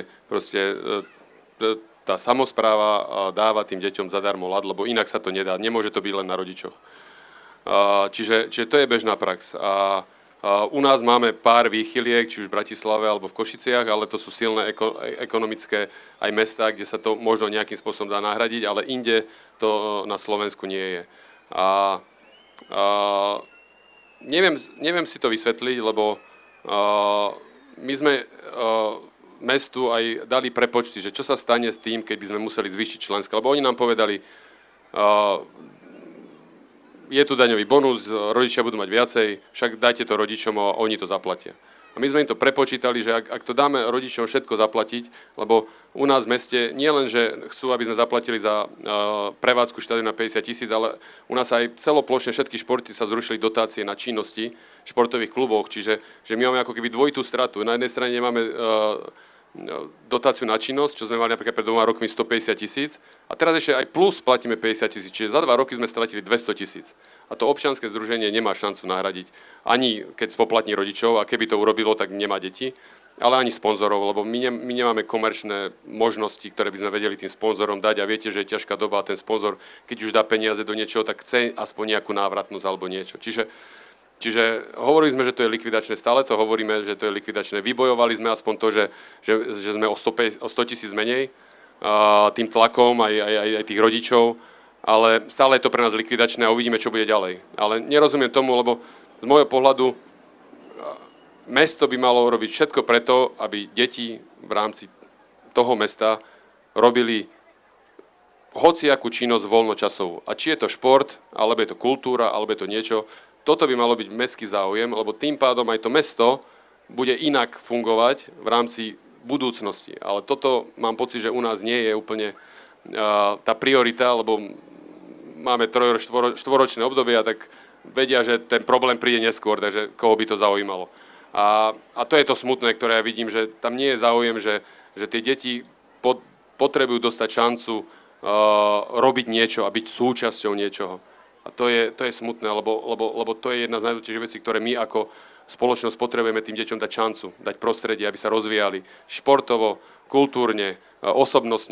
D: tá samospráva dáva tým deťom zadarmo ľad, lebo inak sa to nedá. Nemôže to byť len na rodičoch. Čiže to je bežná prax. A u nás máme pár výchyliek, či už v Bratislave alebo v Košiciach, ale to sú silné ekonomické aj mestá, kde sa to možno nejakým spôsobom dá nahradiť, ale inde to na Slovensku nie je. Neviem si to vysvetliť, lebo my sme mestu aj dali prepočty, že čo sa stane s tým, keď by sme museli zvýšiť členské. Lebo oni nám povedali, je tu daňový bonus, rodičia budú mať viacej, však dajte to rodičom a oni to zaplatia. A my sme im to prepočítali, že ak to dáme rodičom všetko zaplatiť, lebo u nás v meste nie len, že chcú, aby sme zaplatili za prevádzku štadióna 50 000, ale u nás aj celoplošne všetky športy sa zrušili dotácie na činnosti v športových kluboch, čiže že my máme ako keby dvojitú stratu. Na jednej strane nemáme dotáciu na činnosť, čo sme mali napríklad pred 2 rokmi 150 000 a teraz ešte aj plus platíme 50 000, čiže za 2 roky sme stratili 200 000. A to občianske združenie nemá šancu nahradiť ani keď spoplatní rodičov a keby to urobilo, tak nemá deti, ale ani sponzorov, lebo my nemáme komerčné možnosti, ktoré by sme vedeli tým sponzorom dať a viete, že je ťažká doba a ten sponzor, keď už dá peniaze do niečoho, tak chce aspoň nejakú návratnosť alebo niečo. Čiže hovorili sme, že to je likvidačné, stále to hovoríme, že to je likvidačné. Vybojovali sme aspoň to, že sme o 100 000 menej tým tlakom aj tých rodičov, ale stále je to pre nás likvidačné a uvidíme, čo bude ďalej. Ale nerozumiem tomu, lebo z môjho pohľadu mesto by malo robiť všetko preto, aby deti v rámci toho mesta robili hociakú činnosť voľnočasovú. A či je to šport, alebo je to kultúra, alebo je to niečo, toto by malo byť mestský záujem, lebo tým pádom aj to mesto bude inak fungovať v rámci budúcnosti. Ale toto mám pocit, že u nás nie je úplne tá priorita, lebo máme 4-ročné obdobie a tak vedia, že ten problém príde neskôr, takže koho by to zaujímalo. A to je to smutné, ktoré ja vidím, že tam nie je záujem, že tie deti potrebujú dostať šancu robiť niečo a byť súčasťou niečoho. A to je smutné, lebo to je jedna z najdôležitejších vecí, ktoré my ako spoločnosť potrebujeme tým deťom dať šancu, dať prostredie, aby sa rozvíjali športovo, kultúrne, osobnostne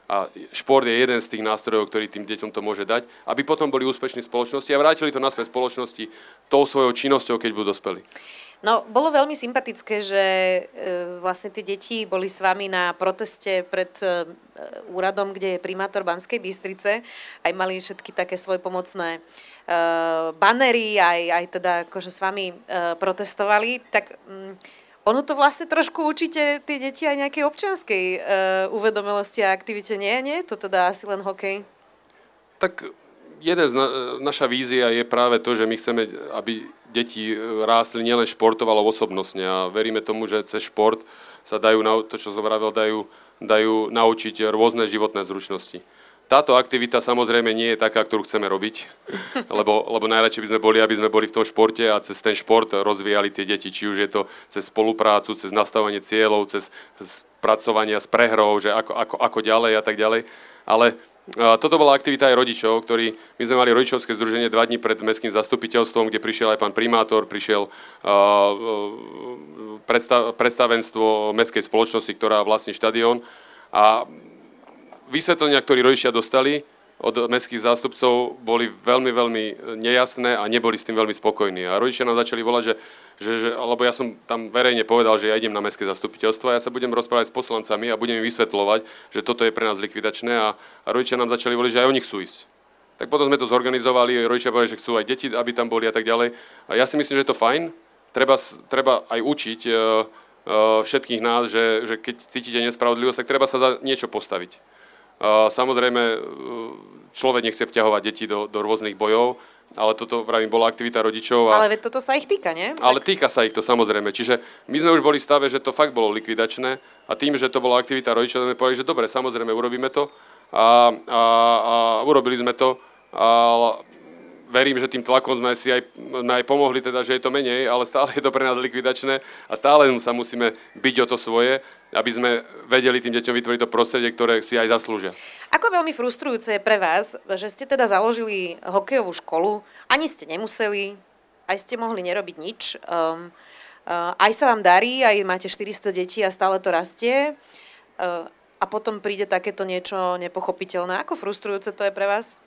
D: A šport je jeden z tých nástrojov, ktorý tým deťom to môže dať, aby potom boli úspešní v spoločnosti a vrátili to naspäť spoločnosti tou svojou činnosťou, keď budú dospelí.
C: No, bolo veľmi sympatické, že vlastne tie deti boli s vami na proteste pred úradom, kde je primátor Banskej Bystrice. Aj mali všetky také svojpomocné banery, aj teda akože s vami protestovali. Tak ono to vlastne trošku učíte tie deti aj nejakej občianskej uvedomelosti a aktivite. Nie je to teda asi len hokej? Tak
D: naša vízia je práve to, že my chceme, aby deti rástli nielen športov, ale osobnostne. A veríme tomu, že cez šport sa dajú, to čo som vravel, dajú naučiť rôzne životné zručnosti. Táto aktivita samozrejme nie je taká, ktorú chceme robiť, lebo najradšej by sme boli, aby sme boli v tom športe a cez ten šport rozvíjali tie deti. Či už je to cez spoluprácu, cez nastavovanie cieľov, cez spracovania s prehrou, že ako ďalej a tak ďalej. Ale toto bola aktivita aj rodičov, my sme mali rodičovské združenie 2 dní pred mestským zastupiteľstvom, kde prišiel aj pán primátor, prišiel predstavenstvo mestskej spoločnosti, ktorá vlastní štadión a vysvetlenia, ktoré rodičia dostali od mestských zástupcov, boli veľmi, veľmi nejasné a neboli s tým veľmi spokojní. A rodičia nám začali volať, lebo ja som tam verejne povedal, že ja idem na mestské zastupiteľstvo a ja sa budem rozprávať s poslancami a budem im vysvetľovať, že toto je pre nás likvidačné a rodičia nám začali voliť, že aj oni chcú ísť. Tak potom sme to zorganizovali, rodičia povedali, že chcú aj deti, aby tam boli a tak ďalej. A ja si myslím, že je to fajn. Treba aj učiť všetkých nás, že keď cítite nespravodlivosť, tak treba sa za niečo postaviť. Samozrejme, človek nechce vťahovať deti do rôznych bojov, ale toto, vravím, bola aktivita rodičov.
C: Ale toto sa ich týka, nie?
D: Ale týka sa ich to, samozrejme. Čiže my sme už boli v stave, že to fakt bolo likvidačné a tým, že to bola aktivita rodičov, sme povedali, že dobre, samozrejme, urobíme to a urobili sme to. A verím, že tým tlakom sme aj pomohli, teda, že je to menej, ale stále je to pre nás likvidačné a stále sa musíme byť o to svoje, aby sme vedeli tým deťom vytvoriť to prostredie, ktoré si aj zaslúžia.
C: Ako veľmi frustrujúce je pre vás, že ste teda založili hokejovú školu, ani ste nemuseli, aj ste mohli nerobiť nič, aj sa vám darí, aj máte 400 detí a stále to rastie a potom príde takéto niečo nepochopiteľné. Ako frustrujúce to je pre vás?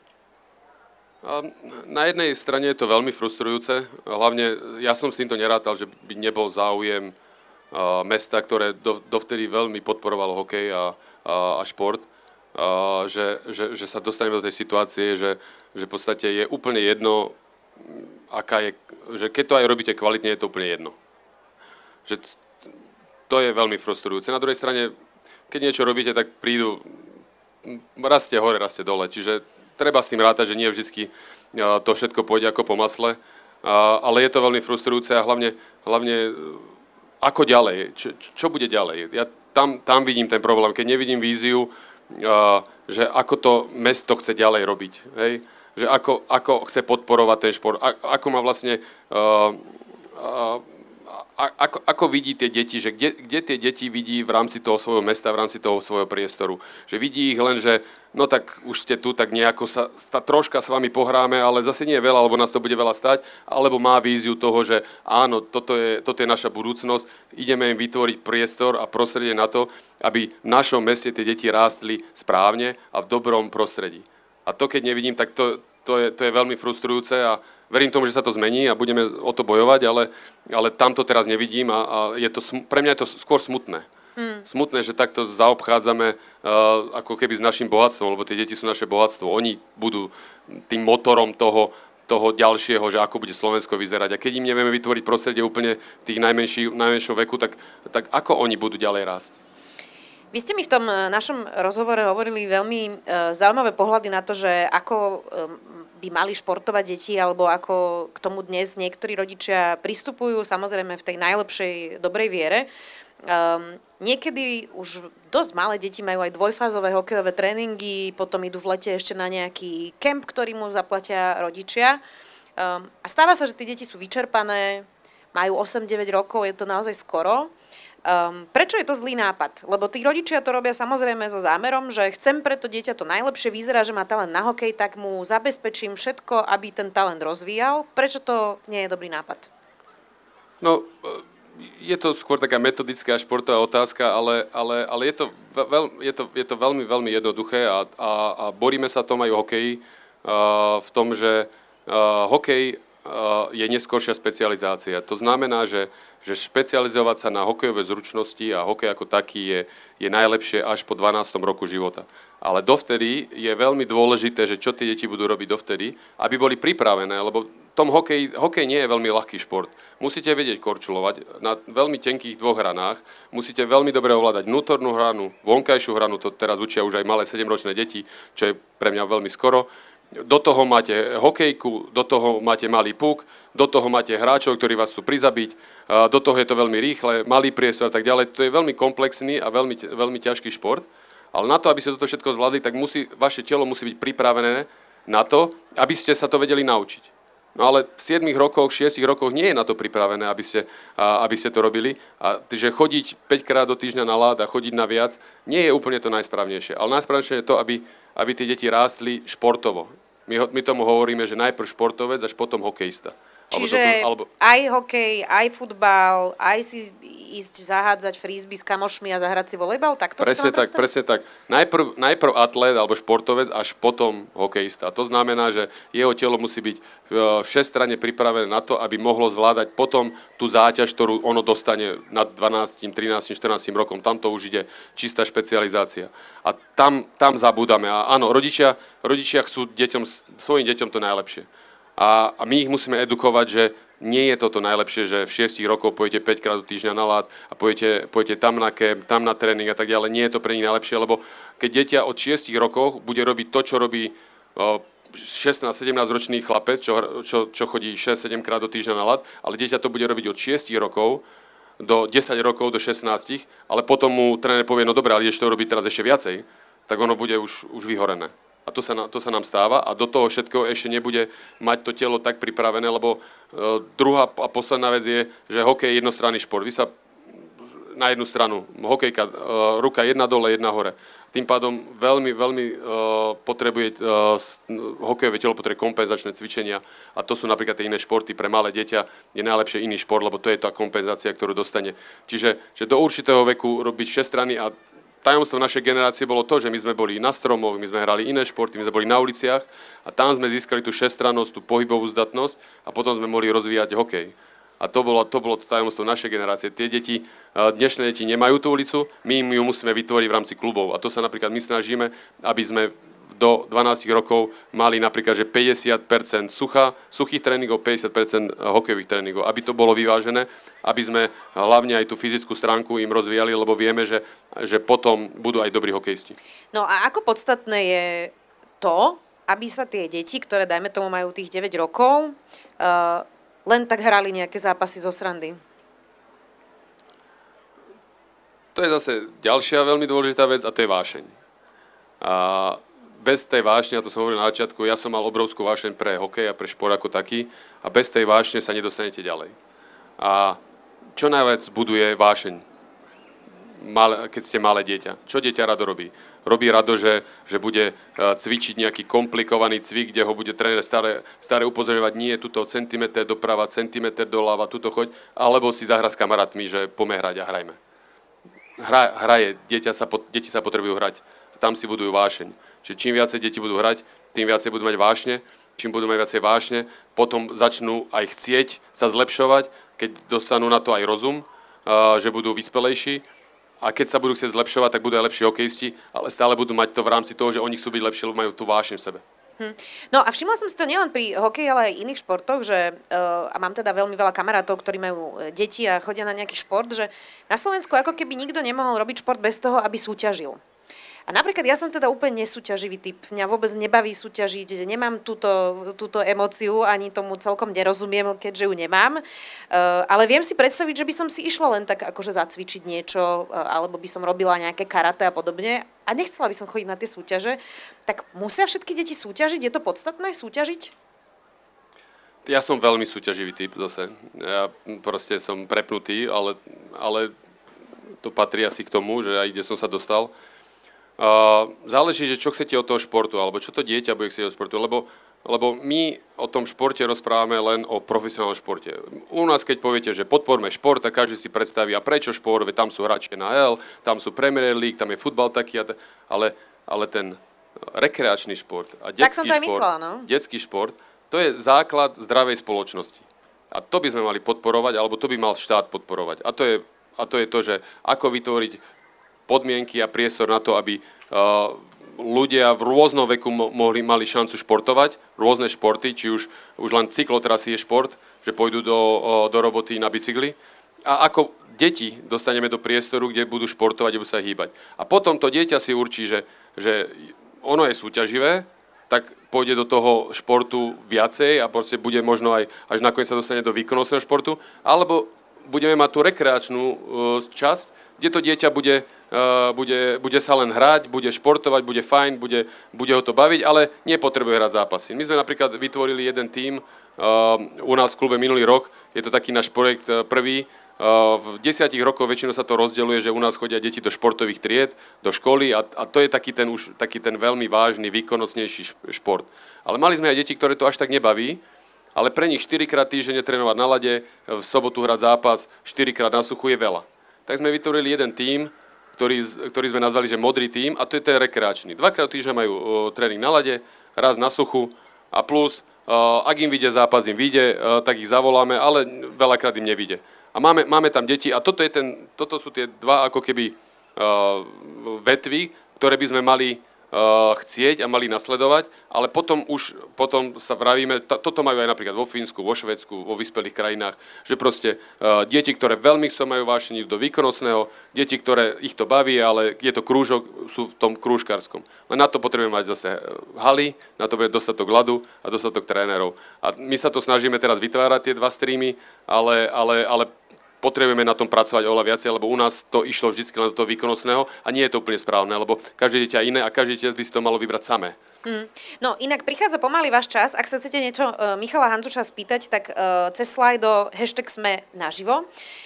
D: Na jednej strane je to veľmi frustrujúce, hlavne ja som s týmto nerátal, že by nebol záujem mesta, ktoré dovtedy veľmi podporovalo hokej a šport, že sa dostaneme do tej situácie, že v podstate je úplne jedno, že keď to aj robíte kvalitne, je to úplne jedno. Že to je veľmi frustrujúce. Na druhej strane, keď niečo robíte, tak rastie hore, rastie dole, čiže treba s tým rátať, že nie vždy to všetko pôjde ako po masle, ale je to veľmi frustrujúce a hlavne ako ďalej, čo bude ďalej. Ja tam vidím ten problém, keď nevidím víziu, že ako to mesto chce ďalej robiť, hej? Že ako chce podporovať ten šport, ako má vlastne, ako vidí tie deti, že kde tie deti vidí v rámci toho svojho mesta, v rámci toho svojho priestoru. Že vidí ich len, že no tak už ste tu, tak nejako sa troška s vami pohráme, ale zase nie je veľa, lebo nás to bude veľa stať, alebo má víziu toho, že áno, toto je naša budúcnosť, ideme im vytvoriť priestor a prostredie na to, aby v našom meste tie deti rástli správne a v dobrom prostredí. A to, keď nevidím, tak to je veľmi frustrujúce a verím tomu, že sa to zmení a budeme o to bojovať, ale tam to teraz nevidím a pre mňa je to skôr smutné. Smutné, že takto zaobchádzame ako keby s našim bohatstvom, lebo tie deti sú naše bohatstvo. Oni budú tým motorom toho ďalšieho, že ako bude Slovensko vyzerať. A keď im nevieme vytvoriť prostredie úplne v tých najmenšom veku, tak ako oni budú ďalej rásť?
C: Vy ste mi v tom našom rozhovore hovorili veľmi zaujímavé pohľady na to, že ako by mali športovať deti, alebo ako k tomu dnes niektorí rodičia pristupujú, samozrejme v tej najlepšej dobrej viere. Niekedy už dosť malé deti majú aj dvojfázové hokejové tréningy, potom idú v lete ešte na nejaký kemp, ktorý mu zaplatia rodičia. A stáva sa, že tie deti sú vyčerpané, majú 8-9 rokov, je to naozaj skoro. Prečo je to zlý nápad? Lebo tí rodičia to robia samozrejme so zámerom, že chcem pre to dieťa to najlepšie, vyzerá, že má talent na hokej, tak mu zabezpečím všetko, aby ten talent rozvíjal. Prečo to nie je dobrý nápad?
D: No, je to skôr taká metodická športová otázka, ale je to veľmi, veľmi jednoduché a boríme sa tom aj o hokeji v tom, že hokej je neskoršia specializácia. To znamená, že špecializovať sa na hokejové zručnosti a hokej ako taký je najlepšie až po 12. roku života. Ale dovtedy je veľmi dôležité, že čo tie deti budú robiť dovtedy, aby boli pripravené, lebo hokej nie je veľmi ľahký šport. Musíte vedieť korčulovať na veľmi tenkých 2 hranách, musíte veľmi dobre ovládať vnútornú hranu, vonkajšiu hranu, to teraz učia už aj malé 7-ročné deti, čo je pre mňa veľmi skoro. Do toho máte hokejku, do toho máte malý puk, do toho máte hráčov, ktorí vás chcú prizabiť, do toho je to veľmi rýchle, malý priestor a tak ďalej. To je veľmi komplexný a veľmi, veľmi ťažký šport, ale na to, aby ste toto všetko zvládli, tak vaše telo musí byť pripravené na to, aby ste sa to vedeli naučiť. No ale v 7 rokoch, 6 rokoch nie je na to pripravené, aby ste to robili. A že chodiť 5 krát do týždňa na ľad a chodiť na viac, nie je úplne to najsprávnejšie. Ale najsprávnejšie je to, aby tie deti rástli športovo. My tomu hovoríme, že najprv športovec, až potom hokejista.
C: Čiže aj hokej, aj futbal, aj si ísť zahádzať frisbee s kamošmi a zahrať si volejbal? Tak to
D: presne tak. Najprv atlét alebo športovec, až potom hokejista. A to znamená, že jeho telo musí byť všestranne pripravené na to, aby mohlo zvládať potom tú záťaž, ktorú ono dostane nad 12, 13, 14 rokom. Tam to už ide čistá špecializácia. A tam zabúdame. A áno, rodičia chcú svojim deťom to najlepšie. A my ich musíme edukovať, že nie je toto najlepšie, že v 6 rokoch pôjdete 5 krát do týždňa na ľad a pôjdete tam na kemp, tam na tréning a tak ďalej. Nie je to pre nich najlepšie, lebo keď dieťa od 6 rokov bude robiť to, čo robí 16-17 ročný chlapec, čo chodí 6-7 krát do týždňa na ľad, ale dieťa to bude robiť od 6 rokov do 10 rokov, do 16, ale potom mu tréner povie, no dobré, ale ideš to robiť teraz ešte viacej, tak ono bude už vyhorené. A to sa nám stáva a do toho všetkého ešte nebude mať to telo tak pripravené, lebo druhá a posledná vec je, že hokej je jednostranný šport. Vy sa na jednu stranu, hokejka, ruka jedna dole, jedna hore. Tým pádom veľmi, veľmi hokejové telo potrebuje kompenzačné cvičenia a to sú napríklad tie iné športy. Pre malé dieťa je najlepšie iný šport, lebo to je tá kompenzácia, ktorú dostane. Čiže že do určitého veku robiť 6 strany a tajomstvo našej generácie bolo to, že my sme boli na stromoch, my sme hrali iné športy, my sme boli na uliciach a tam sme získali tú všestrannosť, tú pohybovú zdatnosť a potom sme mohli rozvíjať hokej. A to bolo to tajomstvo našej generácie. Tie deti, dnešné deti nemajú tú ulicu, my im ju musíme vytvoriť v rámci klubov. A to sa napríklad my snažíme, aby sme do 12 rokov mali napríklad, že 50% suchých tréningov, 50% hokejových tréningov, aby to bolo vyvážené, aby sme hlavne aj tú fyzickú stránku im rozvíjali, lebo vieme, že potom budú aj dobrí hokejisti.
C: No a ako podstatné je to, aby sa tie deti, ktoré dajme tomu majú tých 9 rokov, len tak hrali nejaké zápasy zo srandy?
D: To je zase ďalšia veľmi dôležitá vec a to je vášeň. Bez tej vášne, a to som hovoril na začiatku, ja som mal obrovskú vášeň pre hokej a pre šport ako taký a bez tej vášne sa nedostanete ďalej. A čo najviac buduje vášeň, keď ste malé dieťa? Čo dieťa rado robí? Robí rado, že bude cvičiť nejaký komplikovaný cvik, kde ho bude tréner staré upozorňovať, nie je tuto centimeter doprava, centimeter doľava, tuto choď, alebo si zahra s kamarátmi, že poďme hrať a hrajme. Deti sa potrebujú hrať. Tam si budujú vášeň. Čiže čím viacej deti budú hrať, tým viacej budú mať vášne. Čím budú mať viacej vášne, potom začnú aj chcieť sa zlepšovať, keď dostanú na to aj rozum, že budú vyspelejší. A keď sa budú chcieť zlepšovať, tak budú aj lepší hokejisti, ale stále budú mať to v rámci toho, že oni chcú byť lepší, lebo majú tú vášeň v sebe.
C: No a všimla som si to nielen pri hokeji, ale aj iných športoch, že, a mám teda veľmi veľa kamarátov, ktorí majú deti a chodia na nejaký šport, že na Slovensku ako keby nikto nemohol robiť šport bez toho, aby súťažil. A napríklad ja som teda úplne nesúťaživý typ. Mňa vôbec nebaví súťažiť, nemám túto emóciu, ani tomu celkom nerozumiem, keďže ju nemám. Ale viem si predstaviť, že by som si išla len tak akože zacvičiť niečo, alebo by som robila nejaké karate a podobne. A nechcela by som chodiť na tie súťaže. Tak musia všetky deti súťažiť? Je to podstatné súťažiť?
D: Ja som veľmi súťaživý typ zase. Ja proste som prepnutý, ale to patrí asi k tomu, že aj kde som sa dostal. Záleží, že čo chcete od toho športu, alebo čo to dieťa bude chcieť od športu, lebo Lebo my o tom športe rozprávame len o profesionálnom športe. U nás, keď poviete, že podporme šport, tak každý si predstaví, a prečo šport, veď tam sú hráči NHL, tam sú Premier League, tam je futbal taký, ale ten rekreačný šport a detský šport, to je základ zdravej spoločnosti. A to by sme mali podporovať, alebo to by mal štát podporovať. A to je to, že ako vytvoriť podmienky a priestor na to, aby ľudia v rôznom veku mali šancu športovať, rôzne športy, či už len cyklotrasy je šport, že pôjdu do roboty na bicykli. A ako deti dostaneme do priestoru, kde budú športovať, kde budú sa hýbať. A potom to dieťa si určí, že ono je súťaživé, tak pôjde do toho športu viacej a proste bude možno aj, až nakoniec sa dostane do výkonnostného športu, alebo budeme mať tú rekreačnú časť, kde to dieťa bude sa len hrať, bude športovať, bude fajn, bude ho to baviť, ale nepotrebuje hrať zápasy. My sme napríklad vytvorili jeden tím u nás v klube minulý rok, je to taký náš projekt prvý. V 10 rokoch väčšinou sa to rozdeľuje, že u nás chodia deti do športových tried, do školy a to je taký ten veľmi vážny, výkonnostnejší šport. Ale mali sme aj deti, ktoré to až tak nebaví, ale pre nich 4-krát týždenne trénovať na ľade, v sobotu hrať zápas, 4-krát na suchu je veľa. Tak sme vytvorili jeden tím, ktorý sme nazvali, že modrý tím, a to je ten rekreačný. 2-krát týždňa majú tréning na ľade, raz na suchu a plus, ak im vyjde zápas, tak ich zavoláme, ale veľakrát im nevyjde. A máme tam deti a toto sú tie dva ako keby vetvy, ktoré by sme mali chcieť a mali nasledovať, ale potom sa vravíme, toto majú aj napríklad vo Fínsku, vo Švédsku, vo vyspelých krajinách, že proste deti, ktoré veľmi chcú, majú vášenie do výkonnostného, deti, ktoré ich to baví, ale je to krúžok, sú v tom krúžkarskom. Len na to potrebujeme mať zase haly, na to bude dostatok ľadu a dostatok trénerov. A my sa to snažíme teraz vytvárať tie dva streamy, ale potrebujeme na tom pracovať oveľa viacej, lebo u nás to išlo vždy len do toho výkonnostného a nie je to úplne správne, lebo každé dieťa iné a každé dieťa by si to malo vybrať samé.
C: No inak prichádza pomaly váš čas. Ak sa chcete niečo Michala Hanzuša spýtať, tak cez slajdo #sme naživo.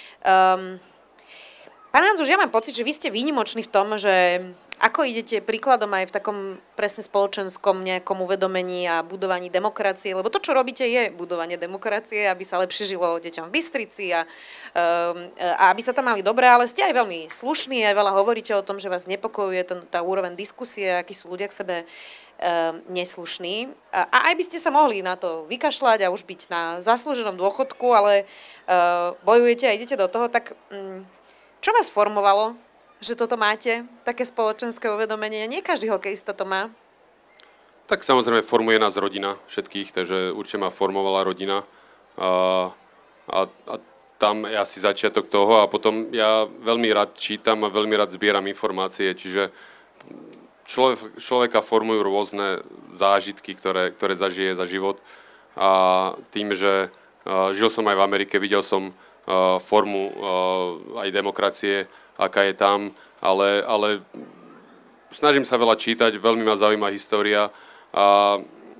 C: Pán Hanzuš, ja mám pocit, že vy ste výnimoční v tom, že ako idete príkladom aj v takom presne spoločenskom nejakom uvedomení a budovaní demokracie, lebo to, čo robíte, je budovanie demokracie, aby sa lepšie žilo deťom v Bystrici a aby sa tam mali dobre, ale ste aj veľmi slušní, aj veľa hovoríte o tom, že vás znepokojuje tá úroveň diskusie, akí sú ľudia k sebe neslušní. A aj by ste sa mohli na to vykašľať a už byť na zaslúženom dôchodku, ale bojujete a idete do toho, tak čo vás formovalo, že toto máte, také spoločenské uvedomenie? Nie každý hokejista to má.
D: Tak samozrejme formuje nás rodina všetkých, takže určite ma formovala rodina a tam je asi začiatok toho a potom ja veľmi rád čítam a veľmi rád zbieram informácie, čiže človeka formujú rôzne zážitky, ktoré zažije za život a tým, že žil som aj v Amerike, videl som formu aj demokracie, aká je tam, ale snažím sa veľa čítať, veľmi ma zaujíma história a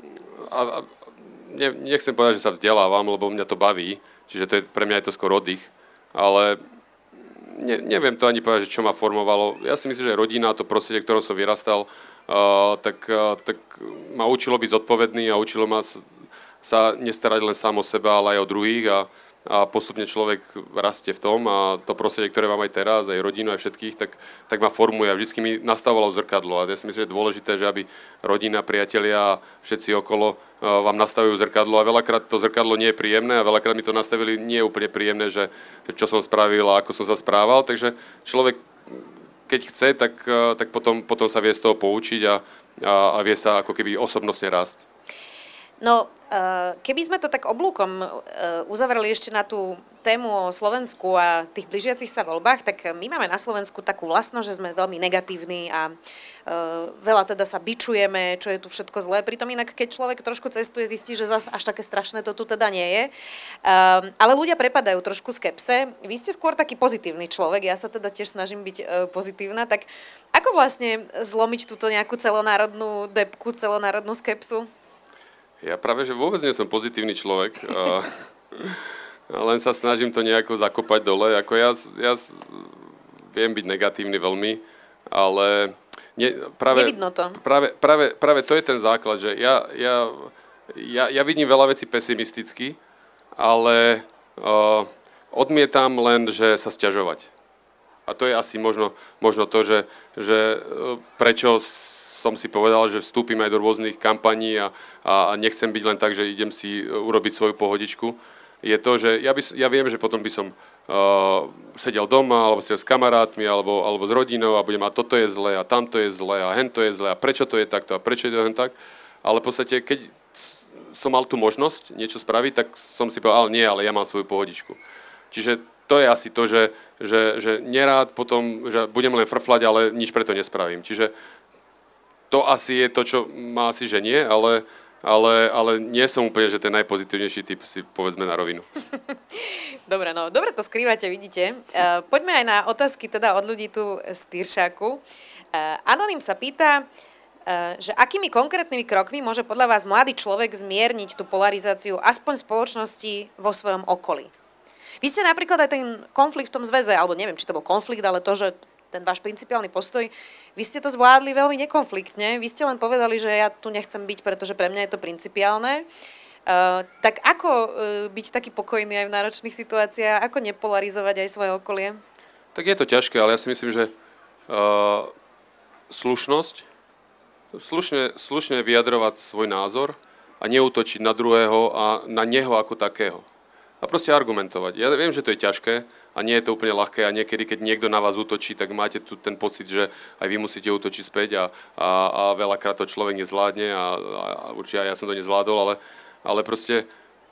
D: nechcem povedať, že sa vzdelávam, lebo mňa to baví, čiže pre mňa je to skôr oddych, ale neviem to ani povedať, že čo ma formovalo. Ja si myslím, že rodina, to prostredie, v ktorom som vyrastal, tak ma učilo byť zodpovedný a učilo ma sa nestarať len sám o seba, ale aj o druhých a postupne človek rastie v tom a to prostredie, ktoré mám aj teraz, aj rodinu, aj všetkých, tak ma formuje a vždycky mi nastavovalo zrkadlo. A ja si myslím, že je dôležité, že aby rodina, priatelia a všetci okolo vám nastavujú zrkadlo a veľakrát to zrkadlo nie je príjemné a veľakrát mi to nastavili nie je úplne príjemné, že čo som spravil a ako som sa správal, takže človek, keď chce, tak potom sa vie z toho poučiť a vie sa ako keby osobnostne rásť.
C: No, keby sme to tak oblúkom uzavreli ešte na tú tému o Slovensku a tých blížiacich sa voľbách, tak my máme na Slovensku takú vlastnosť, že sme veľmi negatívni a veľa teda sa bičujeme, čo je tu všetko zlé. Pritom inak, keď človek trošku cestuje, zistí, že zase až také strašné to tu teda nie je. Ale ľudia prepadajú trošku skepse. Vy ste skôr taký pozitívny človek, ja sa teda tiež snažím byť pozitívna. Tak ako vlastne zlomiť túto nejakú celonárodnú debku, celonárodnú skepsu?
D: Ja práve, že vôbec nie som pozitívny človek. Len sa snažím to nejako zakopať dole. Ako ja viem byť negatívny veľmi, ale
C: nevidno to.
D: Práve to je ten základ, že ja ja vidím veľa vecí pesimisticky, ale odmietam len, že sa sťažovať. A to je asi možno to, že prečo som si povedal, že vstúpim aj do rôznych kampaní a nechcem byť len tak, že idem si urobiť svoju pohodičku. Je to, že ja viem, že potom by som sedel doma, alebo sedel s kamarátmi, alebo s rodinou a budem, a toto je zlé, a tamto je zlé, a hento je zlé, a prečo to je takto, a prečo je to hen tak. Ale v podstate, keď som mal tú možnosť niečo spraviť, tak som si povedal, ale ja mám svoju pohodičku. Čiže to je asi to, že nerád potom, že budem len frflať, ale nič preto nespravím. Čiže to asi je to, čo ma asi ženie, ale nie som úplne, že ten najpozitívnejší typ, si povedzme na rovinu.
C: Dobre, dobre to skrývate, vidíte. Poďme aj na otázky teda od ľudí tu z Tyršáku. Anonym sa pýta, že akými konkrétnymi krokmi môže podľa vás mladý človek zmierniť tú polarizáciu aspoň spoločnosti vo svojom okolí. Vy ste napríklad aj ten konflikt v tom zväze, alebo neviem, či to bol konflikt, ale to, že ten váš principiálny postoj, vy ste to zvládli veľmi nekonfliktne. Vy ste len povedali, že ja tu nechcem byť, pretože pre mňa je to principiálne. Tak ako byť taký pokojný aj v náročných situáciách? Ako nepolarizovať aj svoje okolie?
D: Tak je to ťažké, ale ja si myslím, že slušne vyjadrovať svoj názor a neútočiť na druhého a na neho ako takého. A proste argumentovať. Ja viem, že to je ťažké a nie je to úplne ľahké a niekedy, keď niekto na vás útočí, tak máte tu ten pocit, že aj vy musíte útočiť späť a veľakrát to človek nezvládne a určite aj ja som to nezvládol, ale proste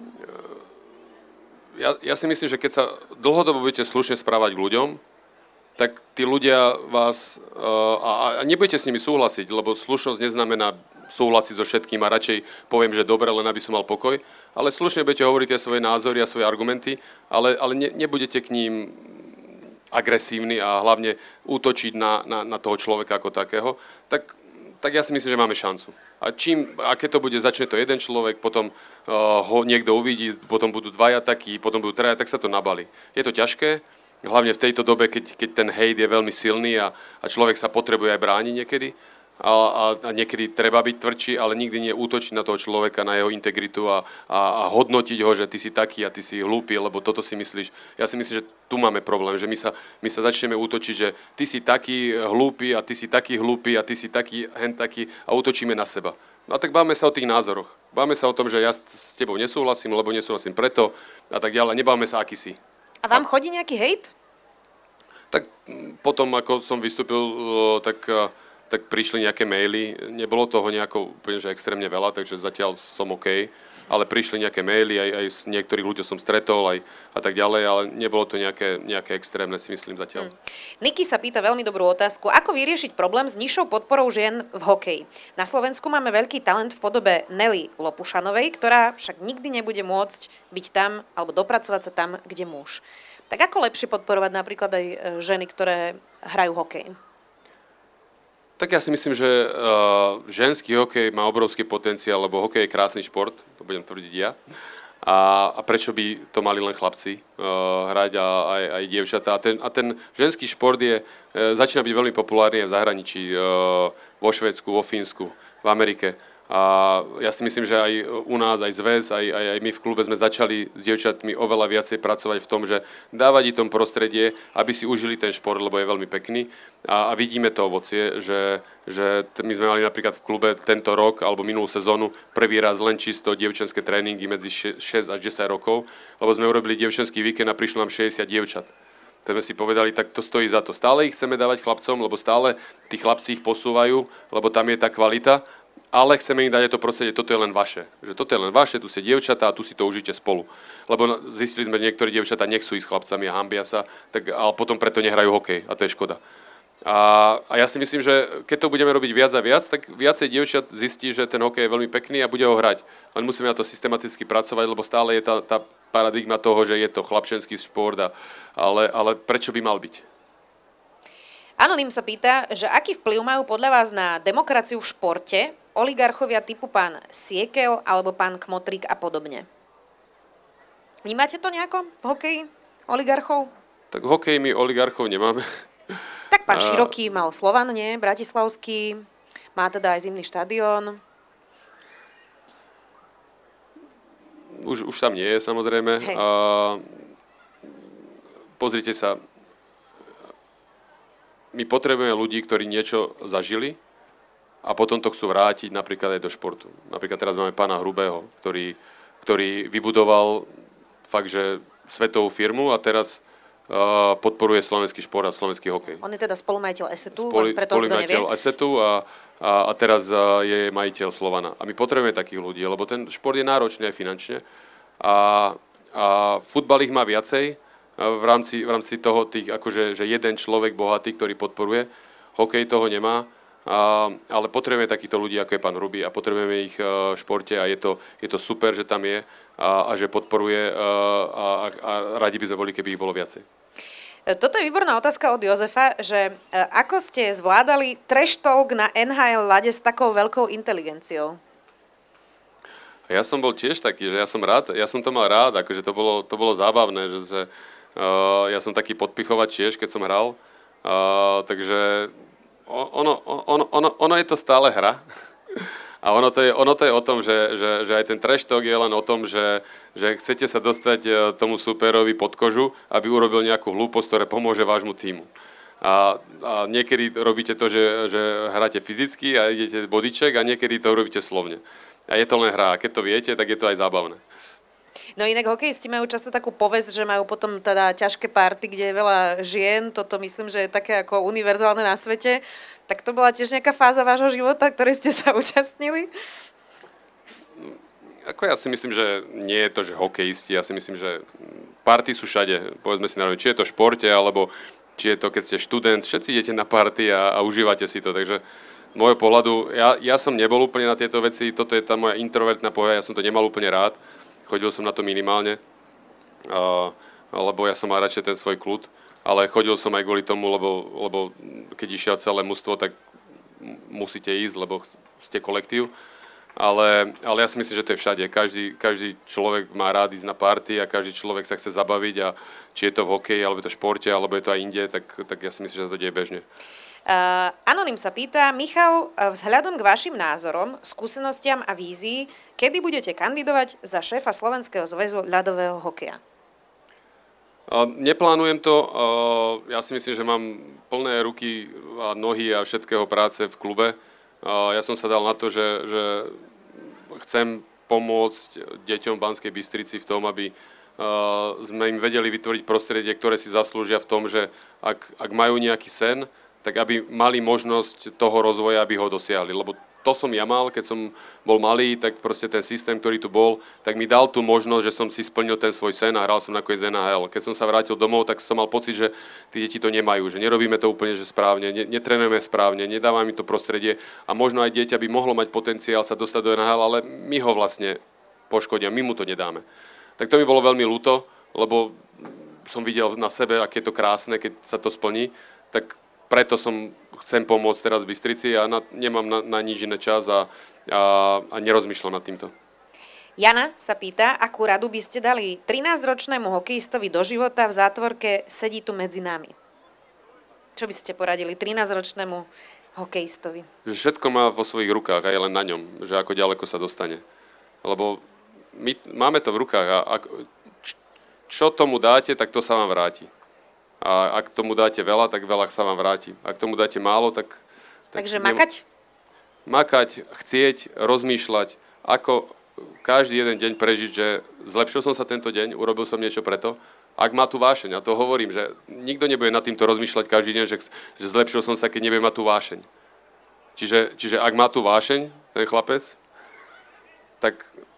D: ja si myslím, že keď sa dlhodobo budete slušne správať k ľuďom, tak tí ľudia vás a nebudete s nimi súhlasiť, lebo slušnosť neznamená súhlasiť so všetkým a radšej poviem, že dobre, len aby som mal pokoj, ale slušne budete hovoriť tie svoje názory a svoje argumenty, ale nebudete k ním agresívni a hlavne útočiť na toho človeka ako takého, tak ja si myslím, že máme šancu. A keď to bude, začne to jeden človek, potom ho niekto uvidí, potom budú dvaja takí, potom budú traja, tak sa to nabalí. Je to ťažké, hlavne v tejto dobe, keď ten hejt je veľmi silný a človek sa potrebuje aj brániť niekedy a niekedy treba byť tvrdší, ale nikdy nie útočiť na toho človeka, na jeho integritu a hodnotiť ho, že ty si taký a ty si hlúpy, lebo toto si myslíš. Ja si myslím, že tu máme problém, že my sa začneme útočiť, že ty si taký hlúpy a ty si taký hlúpy a ty si taký hen taký a útočíme na seba. No a tak bavme sa o tých názoroch. Bavme sa o tom, že ja s tebou nesúhlasím, lebo nesúhlasím preto a tak ďalej. Nebavme sa, aký si.
C: A vám chodí nejaký hejt?
D: Tak potom, ako som vystúpil, tak prišli nejaké maily. Nebolo toho nejako úplne, že extrémne veľa, takže zatiaľ som OK. Ale prišli nejaké maily, aj s niektorých ľudí som stretol aj a tak ďalej, ale nebolo to nejaké extrémne, si myslím zatiaľ.
C: Niky sa pýta veľmi dobrú otázku. Ako vyriešiť problém s nižšou podporou žien v hokeji? Na Slovensku máme veľký talent v podobe Nelly Lopušanovej, ktorá však nikdy nebude môcť byť tam alebo dopracovať sa tam, kde muž. Tak ako lepšie podporovať napríklad aj ženy, ktoré hrajú hokej?
D: Tak ja si myslím, že ženský hokej má obrovský potenciál, lebo hokej je krásny šport, to budem tvrdiť ja. A prečo by to mali len chlapci hrať a aj dievčatá. A ten ženský šport začína byť veľmi populárny aj v zahraničí, vo Švédsku, vo Fínsku, v Amerike. A ja si myslím, že aj u nás, aj zväz, aj my v klube sme začali s dievčatmi oveľa viacej pracovať v tom, že dávať im tom prostredie, aby si užili ten šport, lebo je veľmi pekný. A vidíme to ovocie, že my sme mali napríklad v klube tento rok alebo minulú sezónu prvý raz len čisto dievčenské tréningy medzi 6 až 10 rokov, lebo sme urobili dievčenský víkend a prišlo nám 60 dievčat. Tak sme si povedali, tak to stojí za to. Stále ich chceme dávať chlapcom, lebo stále tí chlapci ich posúvajú, lebo tam je tá kvalita. Ale chceme im dať to prostredie, toto je len vaše. Že toto je len vaše, tu ste dievčatá a tu si to užite spolu. Lebo zistili sme, že niektorí dievčatá nechcú ísť s chlapcami a hanbia sa, ale potom preto nehrajú hokej a to je škoda. A ja si myslím, že keď to budeme robiť viac a viac, tak viacej dievčat zistí, že ten hokej je veľmi pekný a bude ho hrať. Len musíme na to systematicky pracovať, lebo stále je tá paradigma toho, že je to chlapčenský šport, ale prečo by mal byť?
C: Anonym sa pýta, že aký vplyv majú podľa vás na demokraciu v športe oligarchovia typu pán Siekel alebo pán Kmotrík a podobne. Vnímate to nejako v hokeji oligarchov?
D: Tak v hokeji my oligarchov nemáme.
C: Tak pán Široký mal Slovan, nie? Bratislavský. Má teda aj zimný štadión.
D: Už tam nie je, samozrejme. Pozrite sa, my potrebujeme ľudí, ktorí niečo zažili a potom to chcú vrátiť napríklad aj do športu. Napríklad teraz máme pána Hrubého, ktorý vybudoval fakt, že svetovú firmu a teraz podporuje slovenský šport a slovenský hokej.
C: On je teda spolumajiteľ ESETu, preto kto nevie.
D: Spolumajiteľ ESETu a teraz je majiteľ Slovana. A my potrebujeme takých ľudí, lebo ten šport je náročný aj finančne. A futbal ich má viacej v rámci toho akože, že jeden človek bohatý, ktorý podporuje. Hokej toho nemá, ale potrebujeme takýchto ľudí, ako je pán Hruby a potrebujeme ich v športe a je to super, že tam je a že podporuje a radi by sme boli, keby ich bolo viacej.
C: Toto je výborná otázka od Jozefa, že ako ste zvládali trash talk na NHL ľade s takou veľkou inteligenciou?
D: Ja som bol tiež taký, že ja som to mal rád, akože to bolo zábavné, že ja som taký podpichovač tiež, keď som hral, takže ono je to stále hra. A ono to je o tom, že aj ten trash talk je len o tom, že chcete sa dostať tomu súperovi pod kožu, aby urobil nejakú hlúposť, ktorá pomôže vášmu tímu. A niekedy robíte to, že hráte fyzicky a idete bodyček a niekedy to robíte slovne. A je to len hra. A keď to viete, tak je to aj zábavné.
C: No inak hokejisti majú často takú povesť, že majú potom teda ťažké party, kde je veľa žien. Toto myslím, že je také ako univerzálne na svete. Tak to bola tiež nejaká fáza vášho života, ktorej ste sa účastnili?
D: Ako ja si myslím, že nie je to, že hokejisti. Ja si myslím, že party sú všade. Povedzme si narovne, či je to v športe, alebo či je to, keď ste študent. Všetci idete na party a užívate si to. Takže z môjho pohľadu, ja som nebol úplne na tieto veci. Toto je tá moja introvertná povaha. Ja som to nemal úplne rád. Chodil som na to minimálne, lebo ja som mal radšej ten svoj kľud, ale chodil som aj kvôli tomu, lebo keď išiel celé mužstvo, tak musíte ísť, lebo ste kolektív. Ale ja si myslím, že to je všade. Každý človek má rád ísť na party a každý človek sa chce zabaviť a či je to v hokeji, alebo je to v športe, alebo je to aj inde, tak ja si myslím, že sa to deje bežne.
C: Anonym sa pýta, Michal, vzhľadom k vašim názorom, skúsenostiam a vízii, kedy budete kandidovať za šéfa Slovenského zväzu ľadového hokeja?
D: Neplánujem to. Ja si myslím, že mám plné ruky a nohy a všetkého práce v klube. Ja som sa dal na to, že chcem pomôcť deťom v Banskej Bystrici v tom, aby sme im vedeli vytvoriť prostredie, ktoré si zaslúžia v tom, že ak majú nejaký sen, tak aby mali možnosť toho rozvoja, aby ho dosiahli. Lebo to som ja mal, keď som bol malý, tak proste ten systém, ktorý tu bol, tak mi dal tú možnosť, že som si splnil ten svoj sen a hral som nakoniec NHL. Keď som sa vrátil domov, tak som mal pocit, že tí deti to nemajú, že nerobíme to úplne že správne, netrenujeme správne, nedávame mi to prostredie a možno aj dieťa by mohlo mať potenciál sa dostať do NHL, ale my ho vlastne poškodia, my mu to nedáme. Tak to mi bolo veľmi ľúto, lebo som videl na sebe, aké je to krásne, keď sa to splní, tak preto chcem pomôcť teraz v Bystrici a nemám na nič iné čas a nerozmýšľam nad týmto.
C: Jana sa pýta, akú radu by ste dali 13-ročnému hokejistovi do života v zátvorke Sedí tu medzi nami? Čo by ste poradili 13-ročnému hokejistovi? Že
D: všetko má vo svojich rukách a je len na ňom, že ako ďaleko sa dostane. Lebo my máme to v rukách a čo tomu dáte, tak to sa vám vráti. A ak tomu dáte veľa, tak veľa sa vám vráti. Ak tomu dáte málo, tak
C: Takže makať?
D: Makať, chcieť, rozmýšľať, ako každý jeden deň prežiť, že zlepšil som sa tento deň, urobil som niečo preto. Ak má tú vášeň, a to hovorím, že nikto nebude nad týmto rozmýšľať každý deň, že zlepšil som sa, keď nebude mať tú vášeň. Čiže ak má tú vášeň, ten chlapec, tak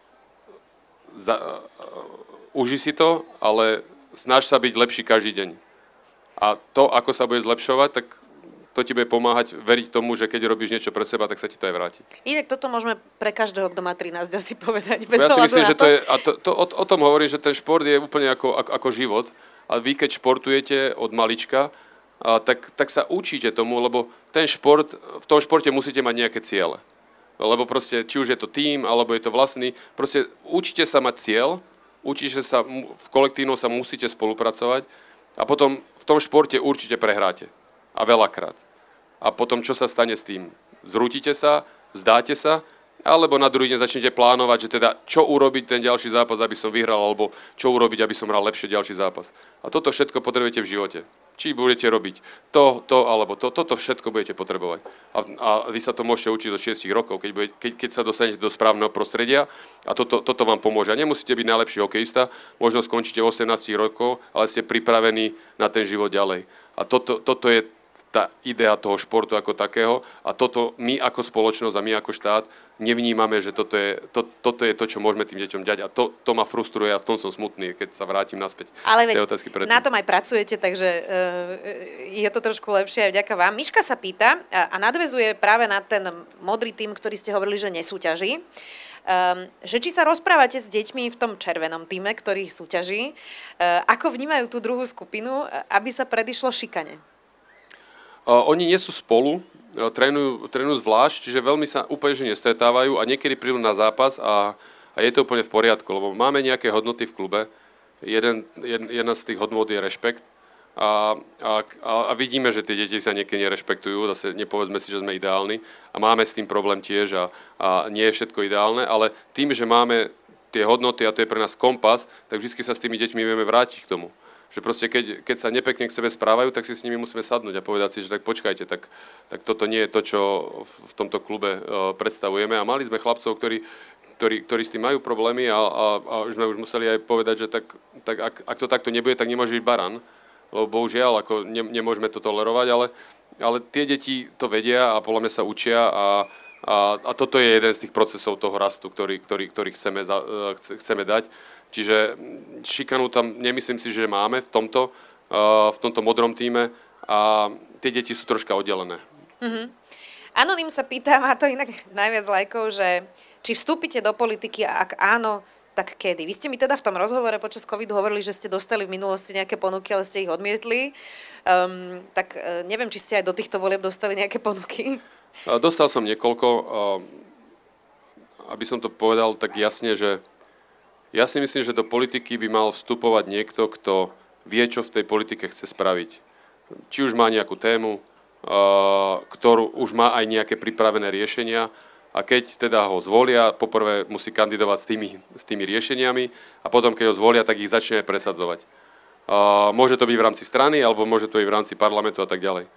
D: uži si to, ale snaž sa byť lepší každý deň. A to, ako sa bude zlepšovať, tak to ti bude pomáhať veriť tomu, že keď robíš niečo pre seba, tak sa ti to aj vráti.
C: Inak toto môžeme pre každého, kto má 13, asi povedať. Bez
D: ja si myslím, že to je, a o tom hovorím, že ten šport je úplne ako život. A vy, keď športujete od malička, tak sa učíte tomu, lebo v tom športe musíte mať nejaké ciele. Lebo proste, či už je to tím, alebo je to vlastný, proste učíte sa mať cieľ, učíte sa, v kolektívnom sa musíte spolupracovať, a potom v tom športe určite prehráte. A veľakrát. A potom čo sa stane s tým? Zrútite sa, vzdáte sa alebo na druhý deň začnete plánovať, že teda čo urobiť ten ďalší zápas, aby som vyhral, alebo čo urobiť, aby som hral lepšie ďalší zápas. A toto všetko potrebujete v živote. Či budete robiť alebo toto všetko budete potrebovať. A vy sa to môžete učiť do 6 rokov, keď sa dostanete do správneho prostredia a toto vám pomôže. A nemusíte byť najlepší hokejista, možno skončíte 18 rokov, ale ste pripravení na ten život ďalej. A toto je tá idea toho športu ako takého a toto my ako spoločnosť a my ako štát nevnímame, že toto je to, čo môžeme tým deťom dať a to ma frustruje a v tom som smutný, keď sa vrátim naspäť.
C: Ale veď na tom aj pracujete, takže je to trošku lepšie aj vďaka vám. Miška sa pýta a nadväzuje práve na ten modrý tým, ktorý ste hovorili, že nesúťaží. Že či sa rozprávate s deťmi v tom červenom týme, ktorý súťaží, ako vnímajú tú druhú skupinu, aby sa predišlo šikane?
D: Oni nie sú spolu, trénujú zvlášť, čiže veľmi sa úplne že nestretávajú a niekedy prídu na zápas a je to úplne v poriadku, lebo máme nejaké hodnoty v klube. Jedna z tých hodnot je rešpekt a vidíme, že tie deti sa niekedy nerešpektujú, zase nepovedzme si, že sme ideálni a máme s tým problém tiež a nie je všetko ideálne, ale tým, že máme tie hodnoty a to je pre nás kompas, tak vždy sa s tými deťmi vieme vrátiť k tomu. Že proste keď sa nepekne k sebe správajú, tak si s nimi musíme sadnúť a povedať si, že tak počkajte, tak toto nie je to, čo v tomto klube predstavujeme. A mali sme chlapcov, ktorí s tým majú problémy a sme už museli aj povedať, že tak ak to takto nebude, tak nemôže byť baran. Lebo bohužiaľ, ako nemôžeme to tolerovať, ale tie deti to vedia a podľa mňa sa učia a toto je jeden z tých procesov toho rastu, ktorý chceme dať. Čiže šikanu tam nemyslím si, že máme v tomto modrom tíme a tie deti sú troška oddelené.
C: Mm-hmm. Anonym sa pýta, má to inak najviac lajkov, že či vstúpite do politiky a ak áno, tak kedy? Vy ste mi teda v tom rozhovore počas covidu hovorili, že ste dostali v minulosti nejaké ponuky, ale ste ich odmietli. Tak neviem, či ste aj do týchto volieb dostali nejaké ponuky.
D: Dostal som niekoľko. Aby som to povedal tak jasne, že ja si myslím, že do politiky by mal vstupovať niekto, kto vie, čo v tej politike chce spraviť. Či už má nejakú tému, ktorú už má aj nejaké pripravené riešenia a keď teda ho zvolia, poprvé musí kandidovať s tými riešeniami a potom, keď ho zvolia, tak ich začne presadzovať. Môže to byť v rámci strany, alebo môže to byť v rámci parlamentu a tak ďalej.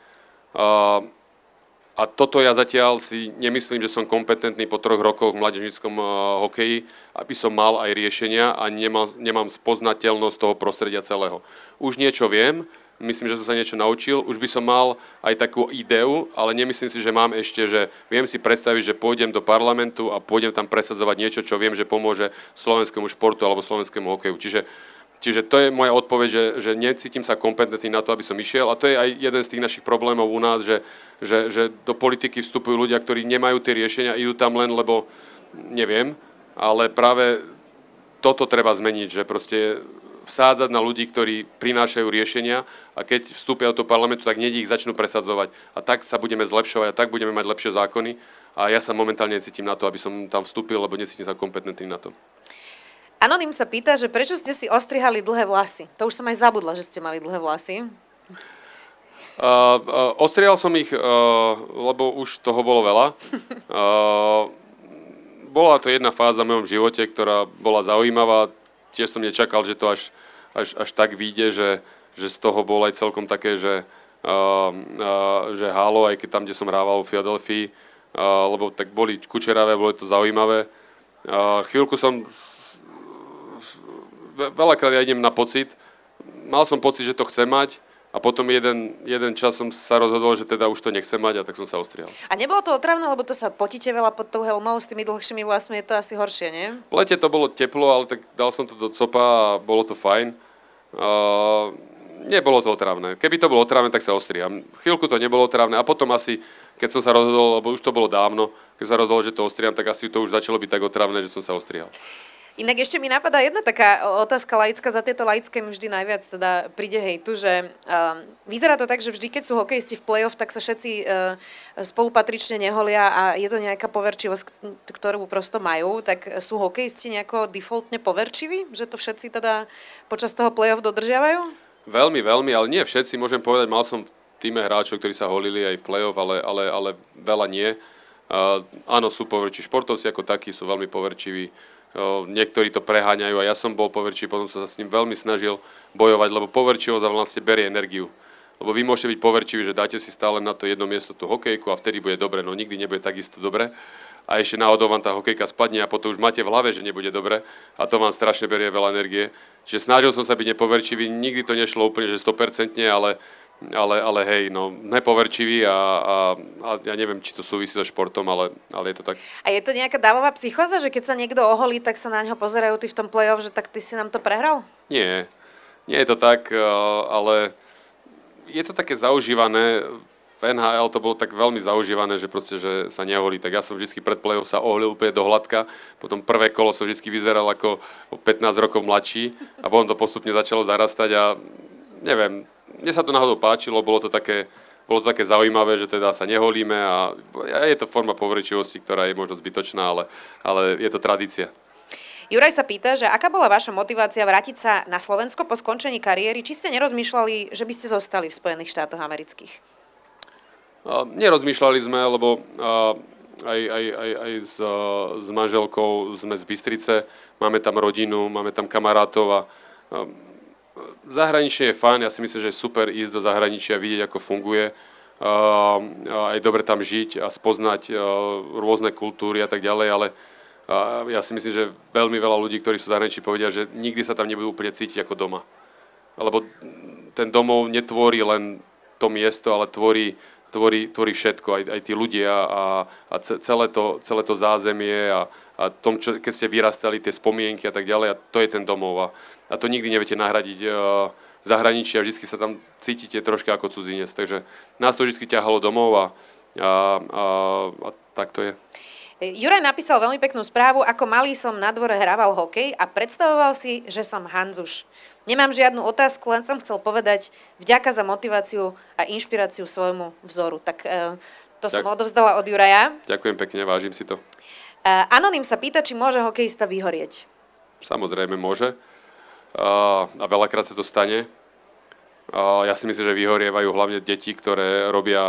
D: A toto ja zatiaľ si nemyslím, že som kompetentný po 3 rokoch v mládežníckom hokeji, aby som mal aj riešenia a nemám spoznateľnosť toho prostredia celého. Už niečo viem, myslím, že som sa niečo naučil, už by som mal aj takú ideu, ale nemyslím si, že mám ešte, že viem si predstaviť, že pôjdem do parlamentu a pôjdem tam presadzovať niečo, čo viem, že pomôže slovenskému športu alebo slovenskému hokeju. Čiže to je moja odpoveď, že necítim sa kompetentný na to, aby som išiel. A to je aj jeden z tých našich problémov u nás, že do politiky vstupujú ľudia, ktorí nemajú tie riešenia, idú tam len, lebo neviem. Ale práve toto treba zmeniť, že proste vsádzať na ľudí, ktorí prinášajú riešenia a keď vstúpia do toho parlamentu, tak nech ich začnú presadzovať. A tak sa budeme zlepšovať a tak budeme mať lepšie zákony. A ja sa momentálne necítim na to, aby som tam vstúpil, lebo necítim sa kompetentný na to.
C: Anonym sa pýta, že prečo ste si ostrihali dlhé vlasy? To už som aj zabudla, že ste mali dlhé vlasy.
D: Ostrihal som ich, lebo už toho bolo veľa. Bola to jedna fáza v mojom živote, ktorá bola zaujímavá. Tiež som nečakal, že to až tak vyjde, že z toho bolo aj celkom také, že halo, aj keď tam, kde som hrával v Philadelphii, lebo tak boli kučeravé, bolo to zaujímavé. Chvíľku som veľakrát ja idem na pocit. Mal som pocit, že to chcem mať a potom jeden čas som sa rozhodol, že teda už to nechcem mať a tak som sa ostrihal.
C: A nebolo to otravné, lebo to sa potíte veľa pod tou helmou s tými dlhšími vlasmi, je to asi horšie, nie?
D: V lete to bolo teplo, ale tak dal som to do copa a bolo to fajn. Nebolo to otravné. Keby to bolo otravné, tak sa ostriham. Chvíľku to nebolo otravné a potom asi, keď som sa rozhodol, lebo už to bolo dávno, keď som sa rozhodol, že to ostriham, tak asi to už začalo byť tak otravné, že som sa ostrihal.
C: Inak ešte mi napadá jedna taká otázka laická, za tieto laické mi vždy najviac teda príde hejtu, že vyzerá to tak, že vždy, keď sú hokejisti v play-off, tak sa všetci spolupatrične neholia a je to nejaká poverčivosť, ktorú prosto majú, tak sú hokejisti nejako defaultne poverčiví, že to všetci teda počas toho play-off dodržiavajú?
D: Veľmi, veľmi, ale nie všetci, môžem povedať, mal som v týme hráčov, ktorí sa holili aj v play-off, ale veľa nie. Áno, sú poverčiví. Športovci ako takí sú veľmi poverčiví. Niektorí to preháňajú a ja som bol poverčivý, potom som sa s ním veľmi snažil bojovať, lebo poverčivosť vlastne berie energiu. Lebo vy môžete byť poverčiví, že dáte si stále na to jedno miesto tú hokejku a vtedy bude dobre, no nikdy nebude takisto dobre. A ešte náhodou vám tá hokejka spadne a potom už máte v hlave, že nebude dobre a to vám strašne berie veľa energie. Čiže snažil som sa byť nepoverčivý, nikdy to nešlo úplne, že 100%, ale hej, no, nepoverčivý a ja neviem, či to súvisí so športom, ale je to tak.
C: A je to nejaká dávová psychóza, že keď sa niekto oholí, tak sa na ňo pozerajú tí v tom play-off, že tak ty si nám to prehral?
D: Nie je to tak, ale je to také zaužívané. V NHL to bolo tak veľmi zaužívané, že proste, že sa neholí. Tak ja som vždy pred play-off sa oholil úplne do hladka, potom prvé kolo som vždy vyzeral ako 15 rokov mladší a potom to postupne začalo zarastať a neviem, mne sa to náhodou páčilo, bolo to také zaujímavé, že teda sa neholíme a je to forma poverčivosti, ktorá je možno zbytočná, ale je to tradícia.
C: Juraj sa pýta, že aká bola vaša motivácia vrátiť sa na Slovensko po skončení kariéry? Či ste nerozmýšľali, že by ste zostali v Spojených štátoch amerických?
D: Nerozmýšľali sme, lebo aj s manželkou sme z Bystrice, máme tam rodinu, máme tam kamarátov a zahraničie je fajn, ja si myslím, že je super ísť do zahraničia, vidieť, ako funguje, aj dobre tam žiť a spoznať rôzne kultúry a tak ďalej, ale ja si myslím, že veľmi veľa ľudí, ktorí sú v zahraničí, povedia, že nikdy sa tam nebudú úplne cítiť ako doma. Lebo ten domov netvorí len to miesto, ale tvorí všetko, aj tí ľudia a celé to zázemie a tom, keď ste vyrastali, tie spomienky a tak ďalej, a to je ten domov. A to nikdy neviete nahradiť v zahraničí a vždy sa tam cítite troška ako cudzinec. Takže nás to vždy ťahalo domov a tak to je.
C: Juraj napísal veľmi peknú správu, ako malý som na dvore hrával hokej a predstavoval si, že som Hanzuš. Nemám žiadnu otázku, len som chcel povedať vďaka za motiváciu a inšpiráciu svojmu vzoru. Tak to som odovzdala od Juraja.
D: Ďakujem pekne, vážim si to.
C: Anonym sa pýta, či môže hokejista vyhorieť. Samozrejme
D: môže. A veľakrát sa to stane. Ja si myslím, že vyhorievajú hlavne deti, ktoré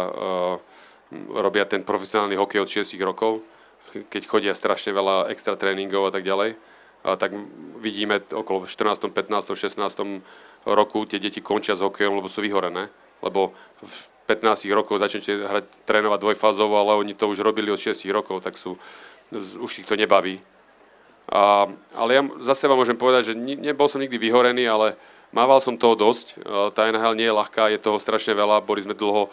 D: robia ten profesionálny hokej od 6 rokov, keď chodia strašne veľa extra tréningov a tak ďalej. Tak vidíme okolo 14., 15., 16. roku tie deti končia s hokejom, lebo sú vyhorené. Lebo v 15 rokoch začnete trénovať dvojfázovo, ale oni to už robili od 6 rokov, tak už ich to nebaví. Ale ja za seba môžem povedať, že nebol som nikdy vyhorený, ale mával som toho dosť. Tá NHL nie je ľahká, je toho strašne veľa, boli sme dlho,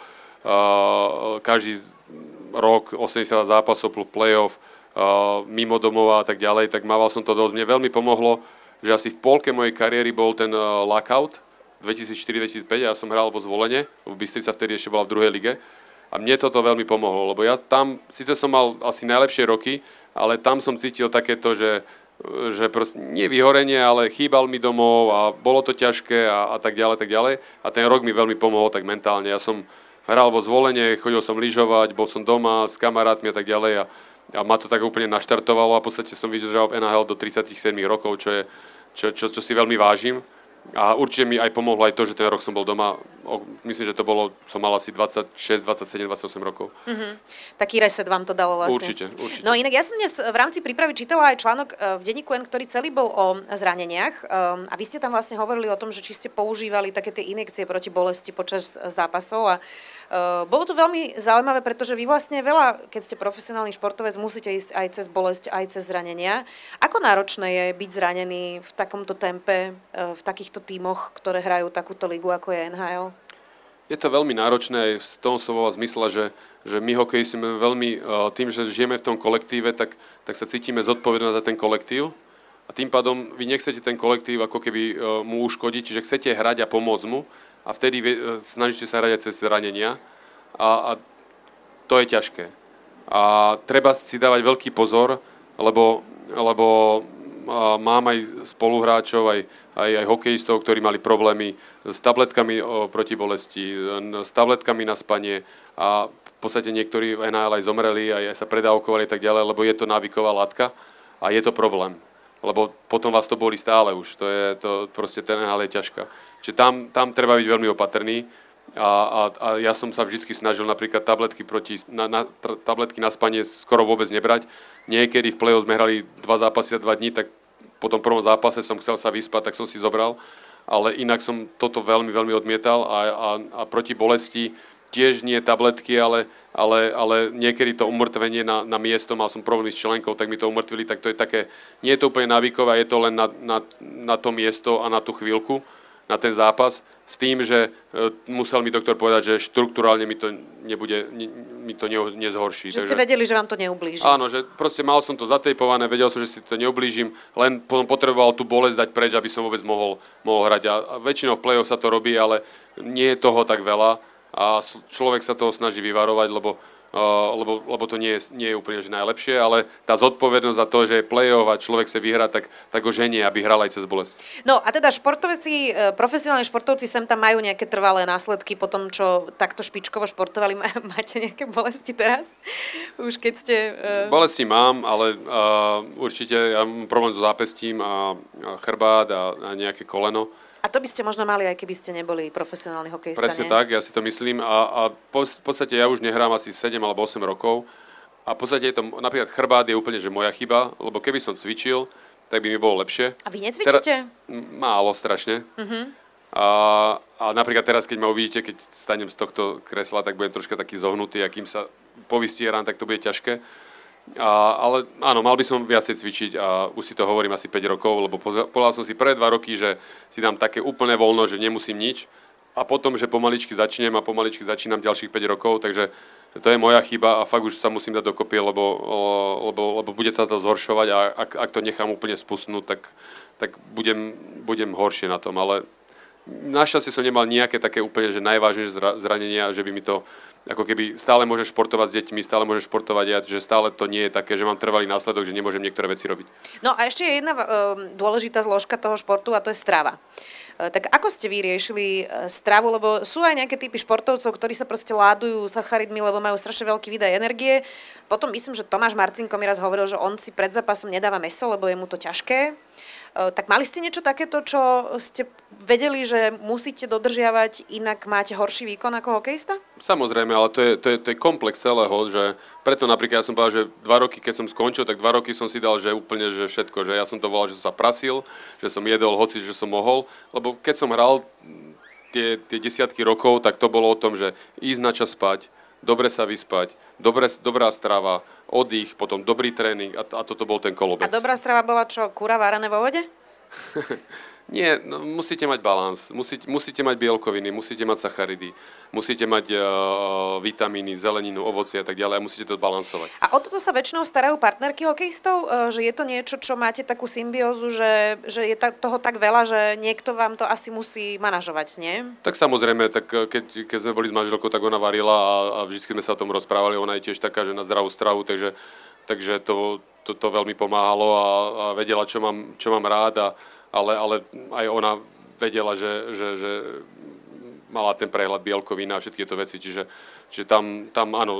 D: každý rok 80 zápasov plus playoff, mimo domova a tak ďalej, tak mával som to dosť. Mne veľmi pomohlo, že asi v polke mojej kariéry bol ten lockout 2004-2005, ja som hral vo Zvolene, Bystrica vtedy ešte bola v druhej lige a mne toto veľmi pomohlo, lebo ja tam, síce som mal asi najlepšie roky, ale tam som cítil takéto, že proste nie vyhorenie, ale chýbal mi domov a bolo to ťažké a tak ďalej a ten rok mi veľmi pomohol tak mentálne. Ja som hral vo Zvolene, chodil som lyžovať, bol som doma s kamarátmi a tak ďalej a ma to tak úplne naštartovalo a v podstate som vydržal v NHL do 37 rokov, čo si veľmi vážim. A určite mi aj pomohlo aj to, že ten rok som bol doma. Myslím, že to bolo, som mal asi 26, 27, 28 rokov.
C: Mm-hmm. Taký reset vám to dalo vlastne.
D: Určite.
C: No inak ja som dnes v rámci prípravy čítala aj článok v denníku N, ktorý celý bol o zraneniach. A vy ste tam vlastne hovorili o tom, že či ste používali také tie injekcie proti bolesti počas zápasov. A bolo to veľmi zaujímavé, pretože vy vlastne veľa, keď ste profesionálny športovec, musíte ísť aj cez bolesť, aj cez zranenia. Ako náročné je byť zranený v takomto tempe, v takýchto tímoch, ktoré hrajú takúto ligu, ako je NHL?
D: Je to veľmi náročné aj v tom slova zmysle, že my hokejisti sme veľmi, tým, že žijeme v tom kolektíve, tak sa cítime zodpovednosť za ten kolektív a tým pádom vy nechcete ten kolektív ako keby mu uškodiť, čiže chcete hrať a pomôcť mu a vtedy snažíte sa hrať aj cez zranenia a to je ťažké. A treba si dávať veľký pozor, lebo mám aj spoluhráčov, aj hokejistov, ktorí mali problémy s tabletkami proti bolesti, s tabletkami na spanie a v podstate niektorí v NHL aj zomreli, aj sa predávkovali a tak ďalej, lebo je to návyková látka a je to problém. Lebo potom vás to boli stále už, proste ten NHL je ťažká. Čiže tam treba byť veľmi opatrný A ja som sa vždy snažil napríklad tabletky tabletky na spanie skoro vôbec nebrať. Niekedy v play-off sme hrali 2 zápasy za 2 dní, tak po tom prvom zápase som chcel sa vyspať, tak som si zobral. Ale inak som toto veľmi, veľmi odmietal a proti bolesti tiež nie tabletky, ale niekedy to umrtvenie na miesto, mal som problém s členkou, tak mi to umrtvili, tak to je také, nie je to úplne návykové, je to len na to miesto a na tú chvíľku, na ten zápas, s tým, že musel mi doktor povedať, že štruktúrálne mi to nezhorší.
C: Že ste vedeli, že vám to neublíži.
D: Áno, že proste mal som to zatejpované, vedel som, že si to neublížim, len potom potreboval tú bolesť dať preč, aby som vôbec mohol hrať. A väčšinou v play-off sa to robí, ale nie je toho tak veľa a človek sa toho snaží vyvarovať, lebo to nie je úplne že najlepšie, ale tá zodpovednosť za to, že je play-off a človek sa vyhrá, tak ho ženie, aby hral aj cez bolesť.
C: No a teda profesionálni športovci sem tam majú nejaké trvalé následky po tom, čo takto špičkovo športovali. Máte nejaké bolesti teraz? Už keď ste...
D: Bolesti mám, ale určite ja mám problém so zápestím a chrbát a nejaké koleno.
C: A to by ste možno mali, aj keby ste neboli profesionálny hokejista,
D: Presne
C: nie?
D: tak, ja si to myslím a v podstate ja už nehrám asi 7 alebo 8 rokov a v podstate je to, napríklad chrbát je úplne že moja chyba, lebo keby som cvičil, tak by mi bolo lepšie.
C: A vy necvičíte?
D: Málo, strašne. A napríklad teraz, keď ma uvidíte, keď stanem z tohto kresla, tak budem troška taký zohnutý a kým sa povystieram, tak to bude ťažké. Ale áno, mal by som viacej cvičiť a už si to hovorím asi 5 rokov, lebo povedal som si prvé 2 roky, že si dám také úplné voľno, že nemusím nič a potom, že pomaličky začínam ďalších 5 rokov, takže to je moja chyba a fakt už sa musím dať dokopy, lebo bude sa to zhoršovať a ak to nechám úplne spustnúť, tak budem horšie na tom, ale našťastie som nemal nejaké také úplne, že najvážnejšie zranenia, že by mi to ako keby stále môžeš športovať s deťmi, stále môžeš športovať, že stále to nie je také, že mám trvalý následok, že nemôžem niektoré veci robiť.
C: No a ešte je jedna dôležitá zložka toho športu a to je strava. Tak ako ste vy riešili stravu, lebo sú aj nejaké typy športovcov, ktorí sa proste ládujú sacharidmi, lebo majú strašne veľký výdaj energie. Potom myslím, že Tomáš Marcinko mi raz hovoril, že on si pred zápasom nedáva mäso, lebo je mu to ťažké. Tak mali ste niečo takéto, čo ste vedeli, že musíte dodržiavať, inak máte horší výkon ako hokejista?
D: Samozrejme, ale to je komplex celého, že preto napríklad ja som povedal, že 2 roky, keď som skončil, tak 2 roky som si dal, že úplne že všetko, že ja som to volal, že som sa prasil, že som jedol hoci, že som mohol, lebo keď som hral tie desiatky rokov, tak to bolo o tom, že ísť na čas spať, dobre sa vyspať, dobrá strava, oddych, potom dobrý tréning a toto bol ten kolobeh.
C: A dobrá strava bola čo, kura várané vo vode?
D: Nie, no, musíte mať balans, musíte mať bielkoviny, musíte mať sacharidy, musíte mať vitamíny, zeleninu, ovocie a tak ďalej a musíte to balansovať.
C: A o toto sa väčšinou starajú partnerky hokejistov? Že je to niečo, čo máte takú symbiózu, že je toho tak veľa, že niekto vám to asi musí manažovať, nie? Tak
D: samozrejme, tak keď sme boli s manželkou, tak ona varila a vždy sme sa o tom rozprávali, ona je tiež taká, že na zdravú stravu, takže to veľmi pomáhalo a vedela, čo mám rád ale aj ona vedela, že mala ten prehľad bielkovín a všetky tieto veci, čiže tam áno,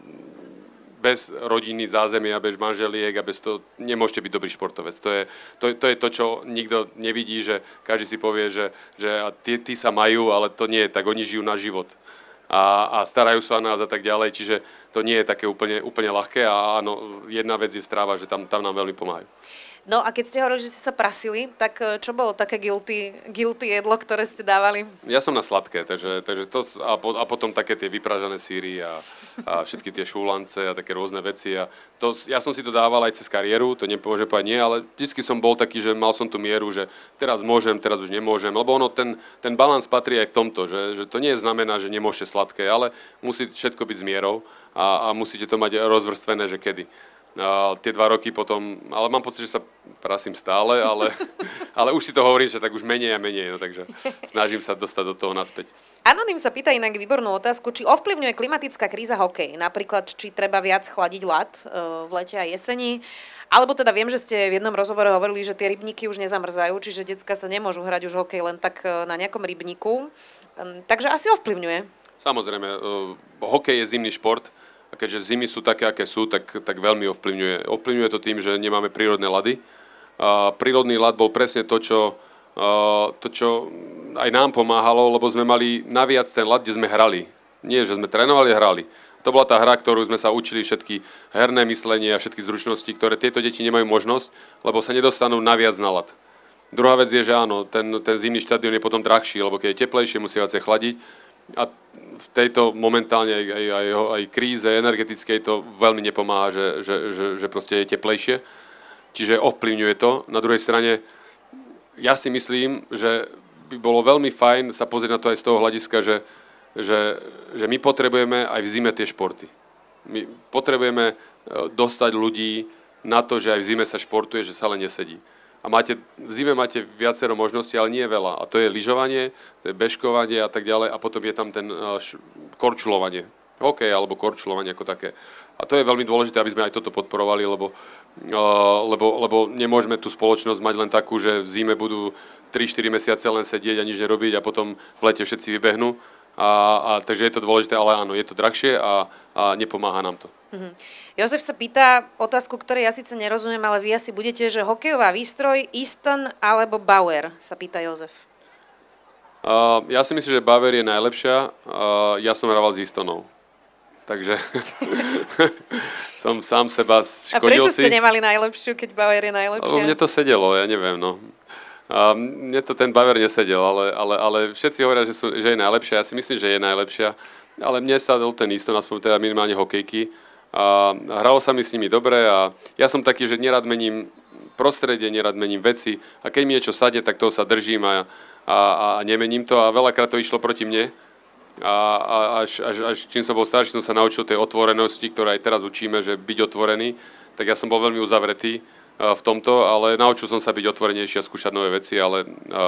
D: bez rodiny, zázemia, bez manželiek a bez toho nemôžete byť dobrý športovec. To je to, čo nikto nevidí, že každý si povie, že tí sa majú, ale to nie je tak, oni žijú na život a starajú sa o nás a tak ďalej, čiže to nie je také úplne ľahké a áno, jedna vec je strava, že tam nám veľmi pomáhajú.
C: No a keď ste hovorili, že ste sa prasili, tak čo bolo také guilty jedlo, ktoré ste dávali?
D: Ja som na sladké, takže to a potom také tie vypražané síry a všetky tie šúlance a také rôzne veci. A ja som si to dával aj cez kariéru, to nepomôžem povedať nie, ale vždycky som bol taký, že mal som tú mieru, že teraz môžem, teraz už nemôžem, lebo ten balans patrí aj v tomto, že to nie znamená, že nemôžete sladké, ale musí všetko byť s mierou a musíte to mať rozvrstvené, že kedy. Tie 2 roky potom, ale mám pocit, že sa prasím stále, ale už si to hovorím, že tak už menej a menej, no takže snažím sa dostať do toho naspäť.
C: Anonym sa pýta inak výbornú otázku, či ovplyvňuje klimatická kríza hokej, napríklad či treba viac chladiť ľad v lete a jeseni, alebo teda viem, že ste v jednom rozhovore hovorili, že tie rybníky už nezamrzajú, čiže decká sa nemôžu hrať už hokej len tak na nejakom rybníku, takže asi ovplyvňuje.
D: Samozrejme, hokej je zimný šport. A keďže zimy sú také, aké sú, tak veľmi ovplyvňuje. Ovplyvňuje to tým, že nemáme prírodné ľady. Prírodný ľad bol presne to, čo aj nám pomáhalo, lebo sme mali naviac ten ľad, kde sme hrali. Nie, že sme trénovali, hrali. To bola tá hra, ktorú sme sa učili, všetky herné myslenie a všetky zručnosti, ktoré tieto deti nemajú možnosť, lebo sa nedostanú naviac na ľad. Druhá vec je, že áno, ten zimný štadión je potom drahší, lebo keď je teplejšie, musí viacej chladiť. A v tejto momentálne aj kríze energetickej to veľmi nepomáha, že proste je teplejšie. Čiže ovplyvňuje to. Na druhej strane, ja si myslím, že by bolo veľmi fajn sa pozrieť na to aj z toho hľadiska, že my potrebujeme aj v zime tie športy. My potrebujeme dostať ľudí na to, že aj v zime sa športuje, že sa len nesedí. A v zime máte viacero možností, ale nie veľa. A to je lyžovanie, to je bežkovanie a tak ďalej. A potom je tam ten korčulovanie. Hokej alebo korčulovanie ako také. A to je veľmi dôležité, aby sme aj toto podporovali, lebo nemôžeme tú spoločnosť mať len takú, že v zime budú 3-4 mesiace len sedieť a nič nerobiť a potom v lete všetci vybehnú. Takže je to dôležité, ale áno, je to drahšie a nepomáha nám to.
C: Jozef sa pýta otázku, ktorej ja síce nerozumiem, ale vy asi budete, že hokejová výstroj Easton alebo Bauer, sa pýta Jozef.
D: Ja si myslím, že Bauer je najlepšia. Ja som hrával s Eastonou. Takže som sám seba škodil si.
C: A prečo ste nemali najlepšiu, keď Bauer je najlepšia?
D: Mne to sedelo, ja neviem, no. Mne to ten Bauer nesedel, ale všetci hovoria, že je najlepšia. Ja si myslím, že je najlepšia. Ale mne sa dal ten Easton, aspoň teda minimálne hokejky. A hralo sa mi s nimi dobre a ja som taký, že nerad mením prostredie, nerad mením veci. A keď mi niečo sadne, tak toho sa držím a nemením to. A veľakrát to išlo proti mne. A až čím som bol starší, som sa naučil tej otvorenosti, ktorá aj teraz učíme, že byť otvorený. Tak ja som bol veľmi uzavretý v tomto, ale naučil som sa byť otvorenejší a skúšať nové veci, ale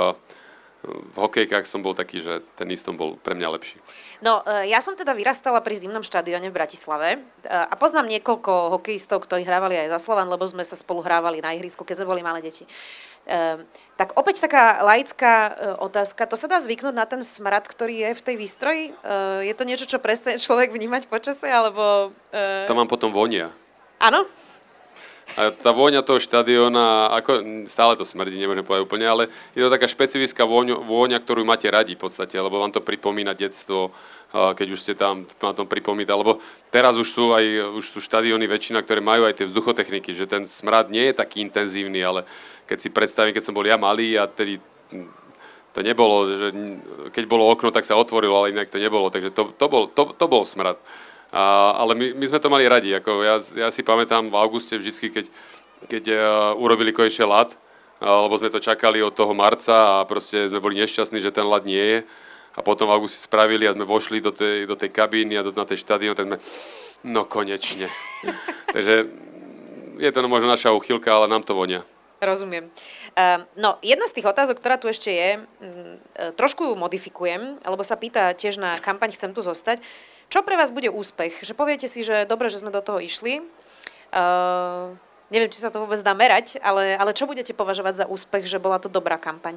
D: v hokejkách som bol taký, že ten Easton bol pre mňa lepší.
C: No, ja som teda vyrastala pri zimnom štadióne v Bratislave a poznám niekoľko hokejistov, ktorí hrávali aj za Slovan, lebo sme sa spolu hrávali na ihrisku, keď sme boli malé deti. Tak opäť taká laická otázka. To sa dá zvyknúť na ten smrad, ktorý je v tej výstroji? Je to niečo, čo prestane človek vnímať počase, alebo...
D: To mám potom vonia.
C: Áno?
D: A tá vôňa toho štadióna, stále to smrdí, nemôžem povedať úplne, ale je to taká špecifická vôňa, ktorú máte radi v podstate, lebo vám to pripomína detstvo, keď už ste tam na tom pripomínať, lebo teraz už sú štadióny väčšina, ktoré majú aj tie vzduchotechniky, že ten smrad nie je taký intenzívny, ale keď si predstavím, keď som bol ja malý a tedy to nebolo, že keď bolo okno, tak sa otvorilo, ale inak to nebolo, takže to bol smrad. Ale my sme to mali radi. Ja si pamätám v auguste vždy, keď urobili konečne ľad, lebo sme to čakali od toho marca a proste sme boli nešťastní, že ten ľad nie je. A potom v auguste spravili a sme vošli do tej kabíny a na tej štadión, tak sme, no konečne. Takže je to možno naša uchylka, ale nám to vonia.
C: Rozumiem. No, jedna z tých otázok, ktorá tu ešte je, trošku ju modifikujem, lebo sa pýta tiež na kampaň Chcem tu zostať. Čo pre vás bude úspech? Že poviete si, že dobre, že sme do toho išli. Neviem, či sa to vôbec dá merať, ale čo budete považovať za úspech, že bola to dobrá kampaň?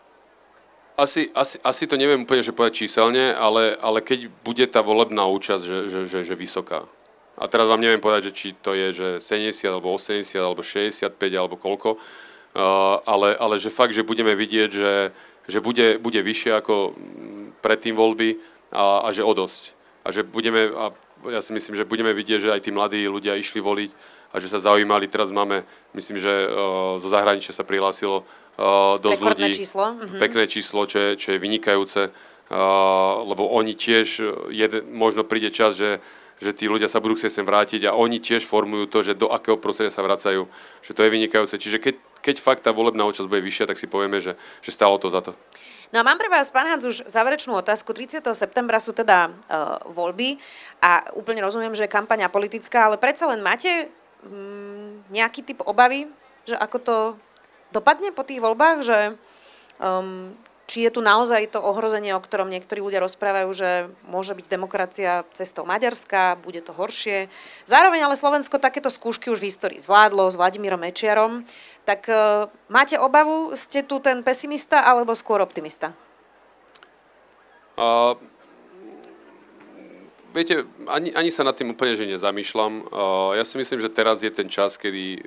D: Asi to neviem úplne, že povedať číselne, ale keď bude tá volebná účasť, že vysoká. A teraz vám neviem povedať, že či to je že 70, alebo 80, alebo 65, alebo koľko. Ale že fakt, že budeme vidieť, že bude vyššie ako predtým voľby a že o dosť. A ja si myslím, že budeme vidieť, že aj tí mladí ľudia išli voliť a že sa zaujímali. Teraz máme, myslím, že zo zahraničia sa prihlásilo dosť ľudí. Pekné číslo, čo je vynikajúce, lebo oni tiež, možno príde čas, že tí ľudia sa budú chcieť sem vrátiť a oni tiež formujú to, že do akého prostredia sa vracajú. Že to je vynikajúce. Čiže keď fakt tá volebná účasť bude vyššia, tak si povieme, že stálo to za to.
C: No a mám pre vás, pán Hans, už záverečnú otázku. 30. septembra sú teda voľby a úplne rozumiem, že je kampaň politická, ale predsa len máte nejaký typ obavy, že ako to dopadne po tých voľbách, že či je tu naozaj to ohrozenie, o ktorom niektorí ľudia rozprávajú, že môže byť demokracia cestou Maďarska, bude to horšie. Zároveň ale Slovensko takéto skúšky už v histórii zvládlo s Vladimírom Mečiarom. Tak máte obavu? Ste tu ten pesimista alebo skôr optimista?
D: Viete, ani sa nad tým úplne že nezamýšľam. Ja si myslím, že teraz je ten čas,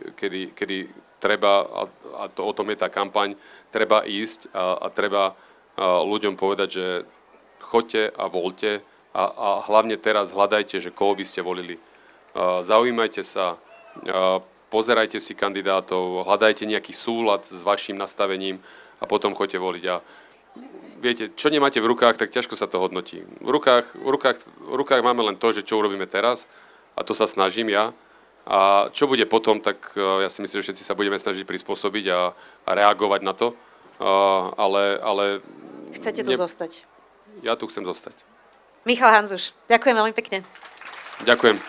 D: kedy treba, a to o tom je tá kampaň, treba ísť a treba ľuďom povedať, že choďte a voľte a hlavne teraz hľadajte, že koho by ste volili. Zaujímajte sa, pozerajte si kandidátov, hľadajte nejaký súlad s vašim nastavením a potom choďte voliť. A viete, čo nemáte v rukách, tak ťažko sa to hodnotí. V rukách máme len to, že čo urobíme teraz a to sa snažím ja. A čo bude potom, tak ja si myslím, že všetci sa budeme snažiť prispôsobiť a reagovať na to. Ale
C: chcete tu zostať?
D: Ja tu chcem zostať.
C: Michal Hanzuš, ďakujem veľmi pekne.
D: Ďakujem.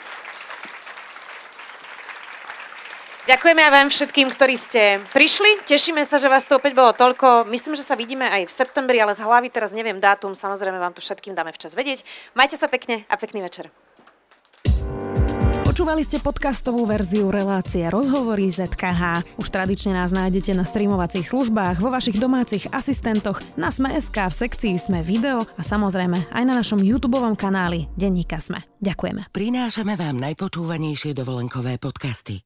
C: Ďakujeme aj vám všetkým, ktorí ste prišli. Tešíme sa, že vás tu opäť bolo toľko. Myslím, že sa vidíme aj v septembri, ale z hlavy teraz neviem dátum. Samozrejme vám to všetkým dáme včas vedieť. Majte sa pekne a pekný večer.
A: Počúvali ste podcastovú verziu relácie Rozhovory ZKH. Už tradične nás nájdete na streamovacích službách, vo vašich domácich asistentoch, na Sme.sk, v sekcii Sme video a samozrejme aj na našom YouTubeovom kanáli Denníka Sme. Ďakujeme.
B: Prinášame vám najpočúvanejšie dovolenkové podcasty.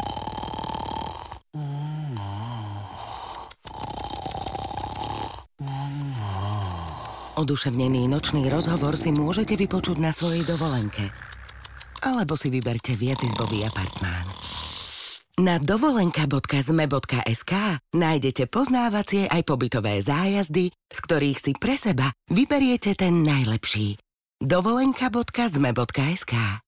B: Oduševnený nočný rozhovor si môžete vypočuť na svojej dovolenke. Alebo si vyberte viacizbový apartmán. Na dovolenka.zme.sk nájdete poznávacie aj pobytové zájazdy, z ktorých si pre seba vyberiete ten najlepší. dovolenka.zme.sk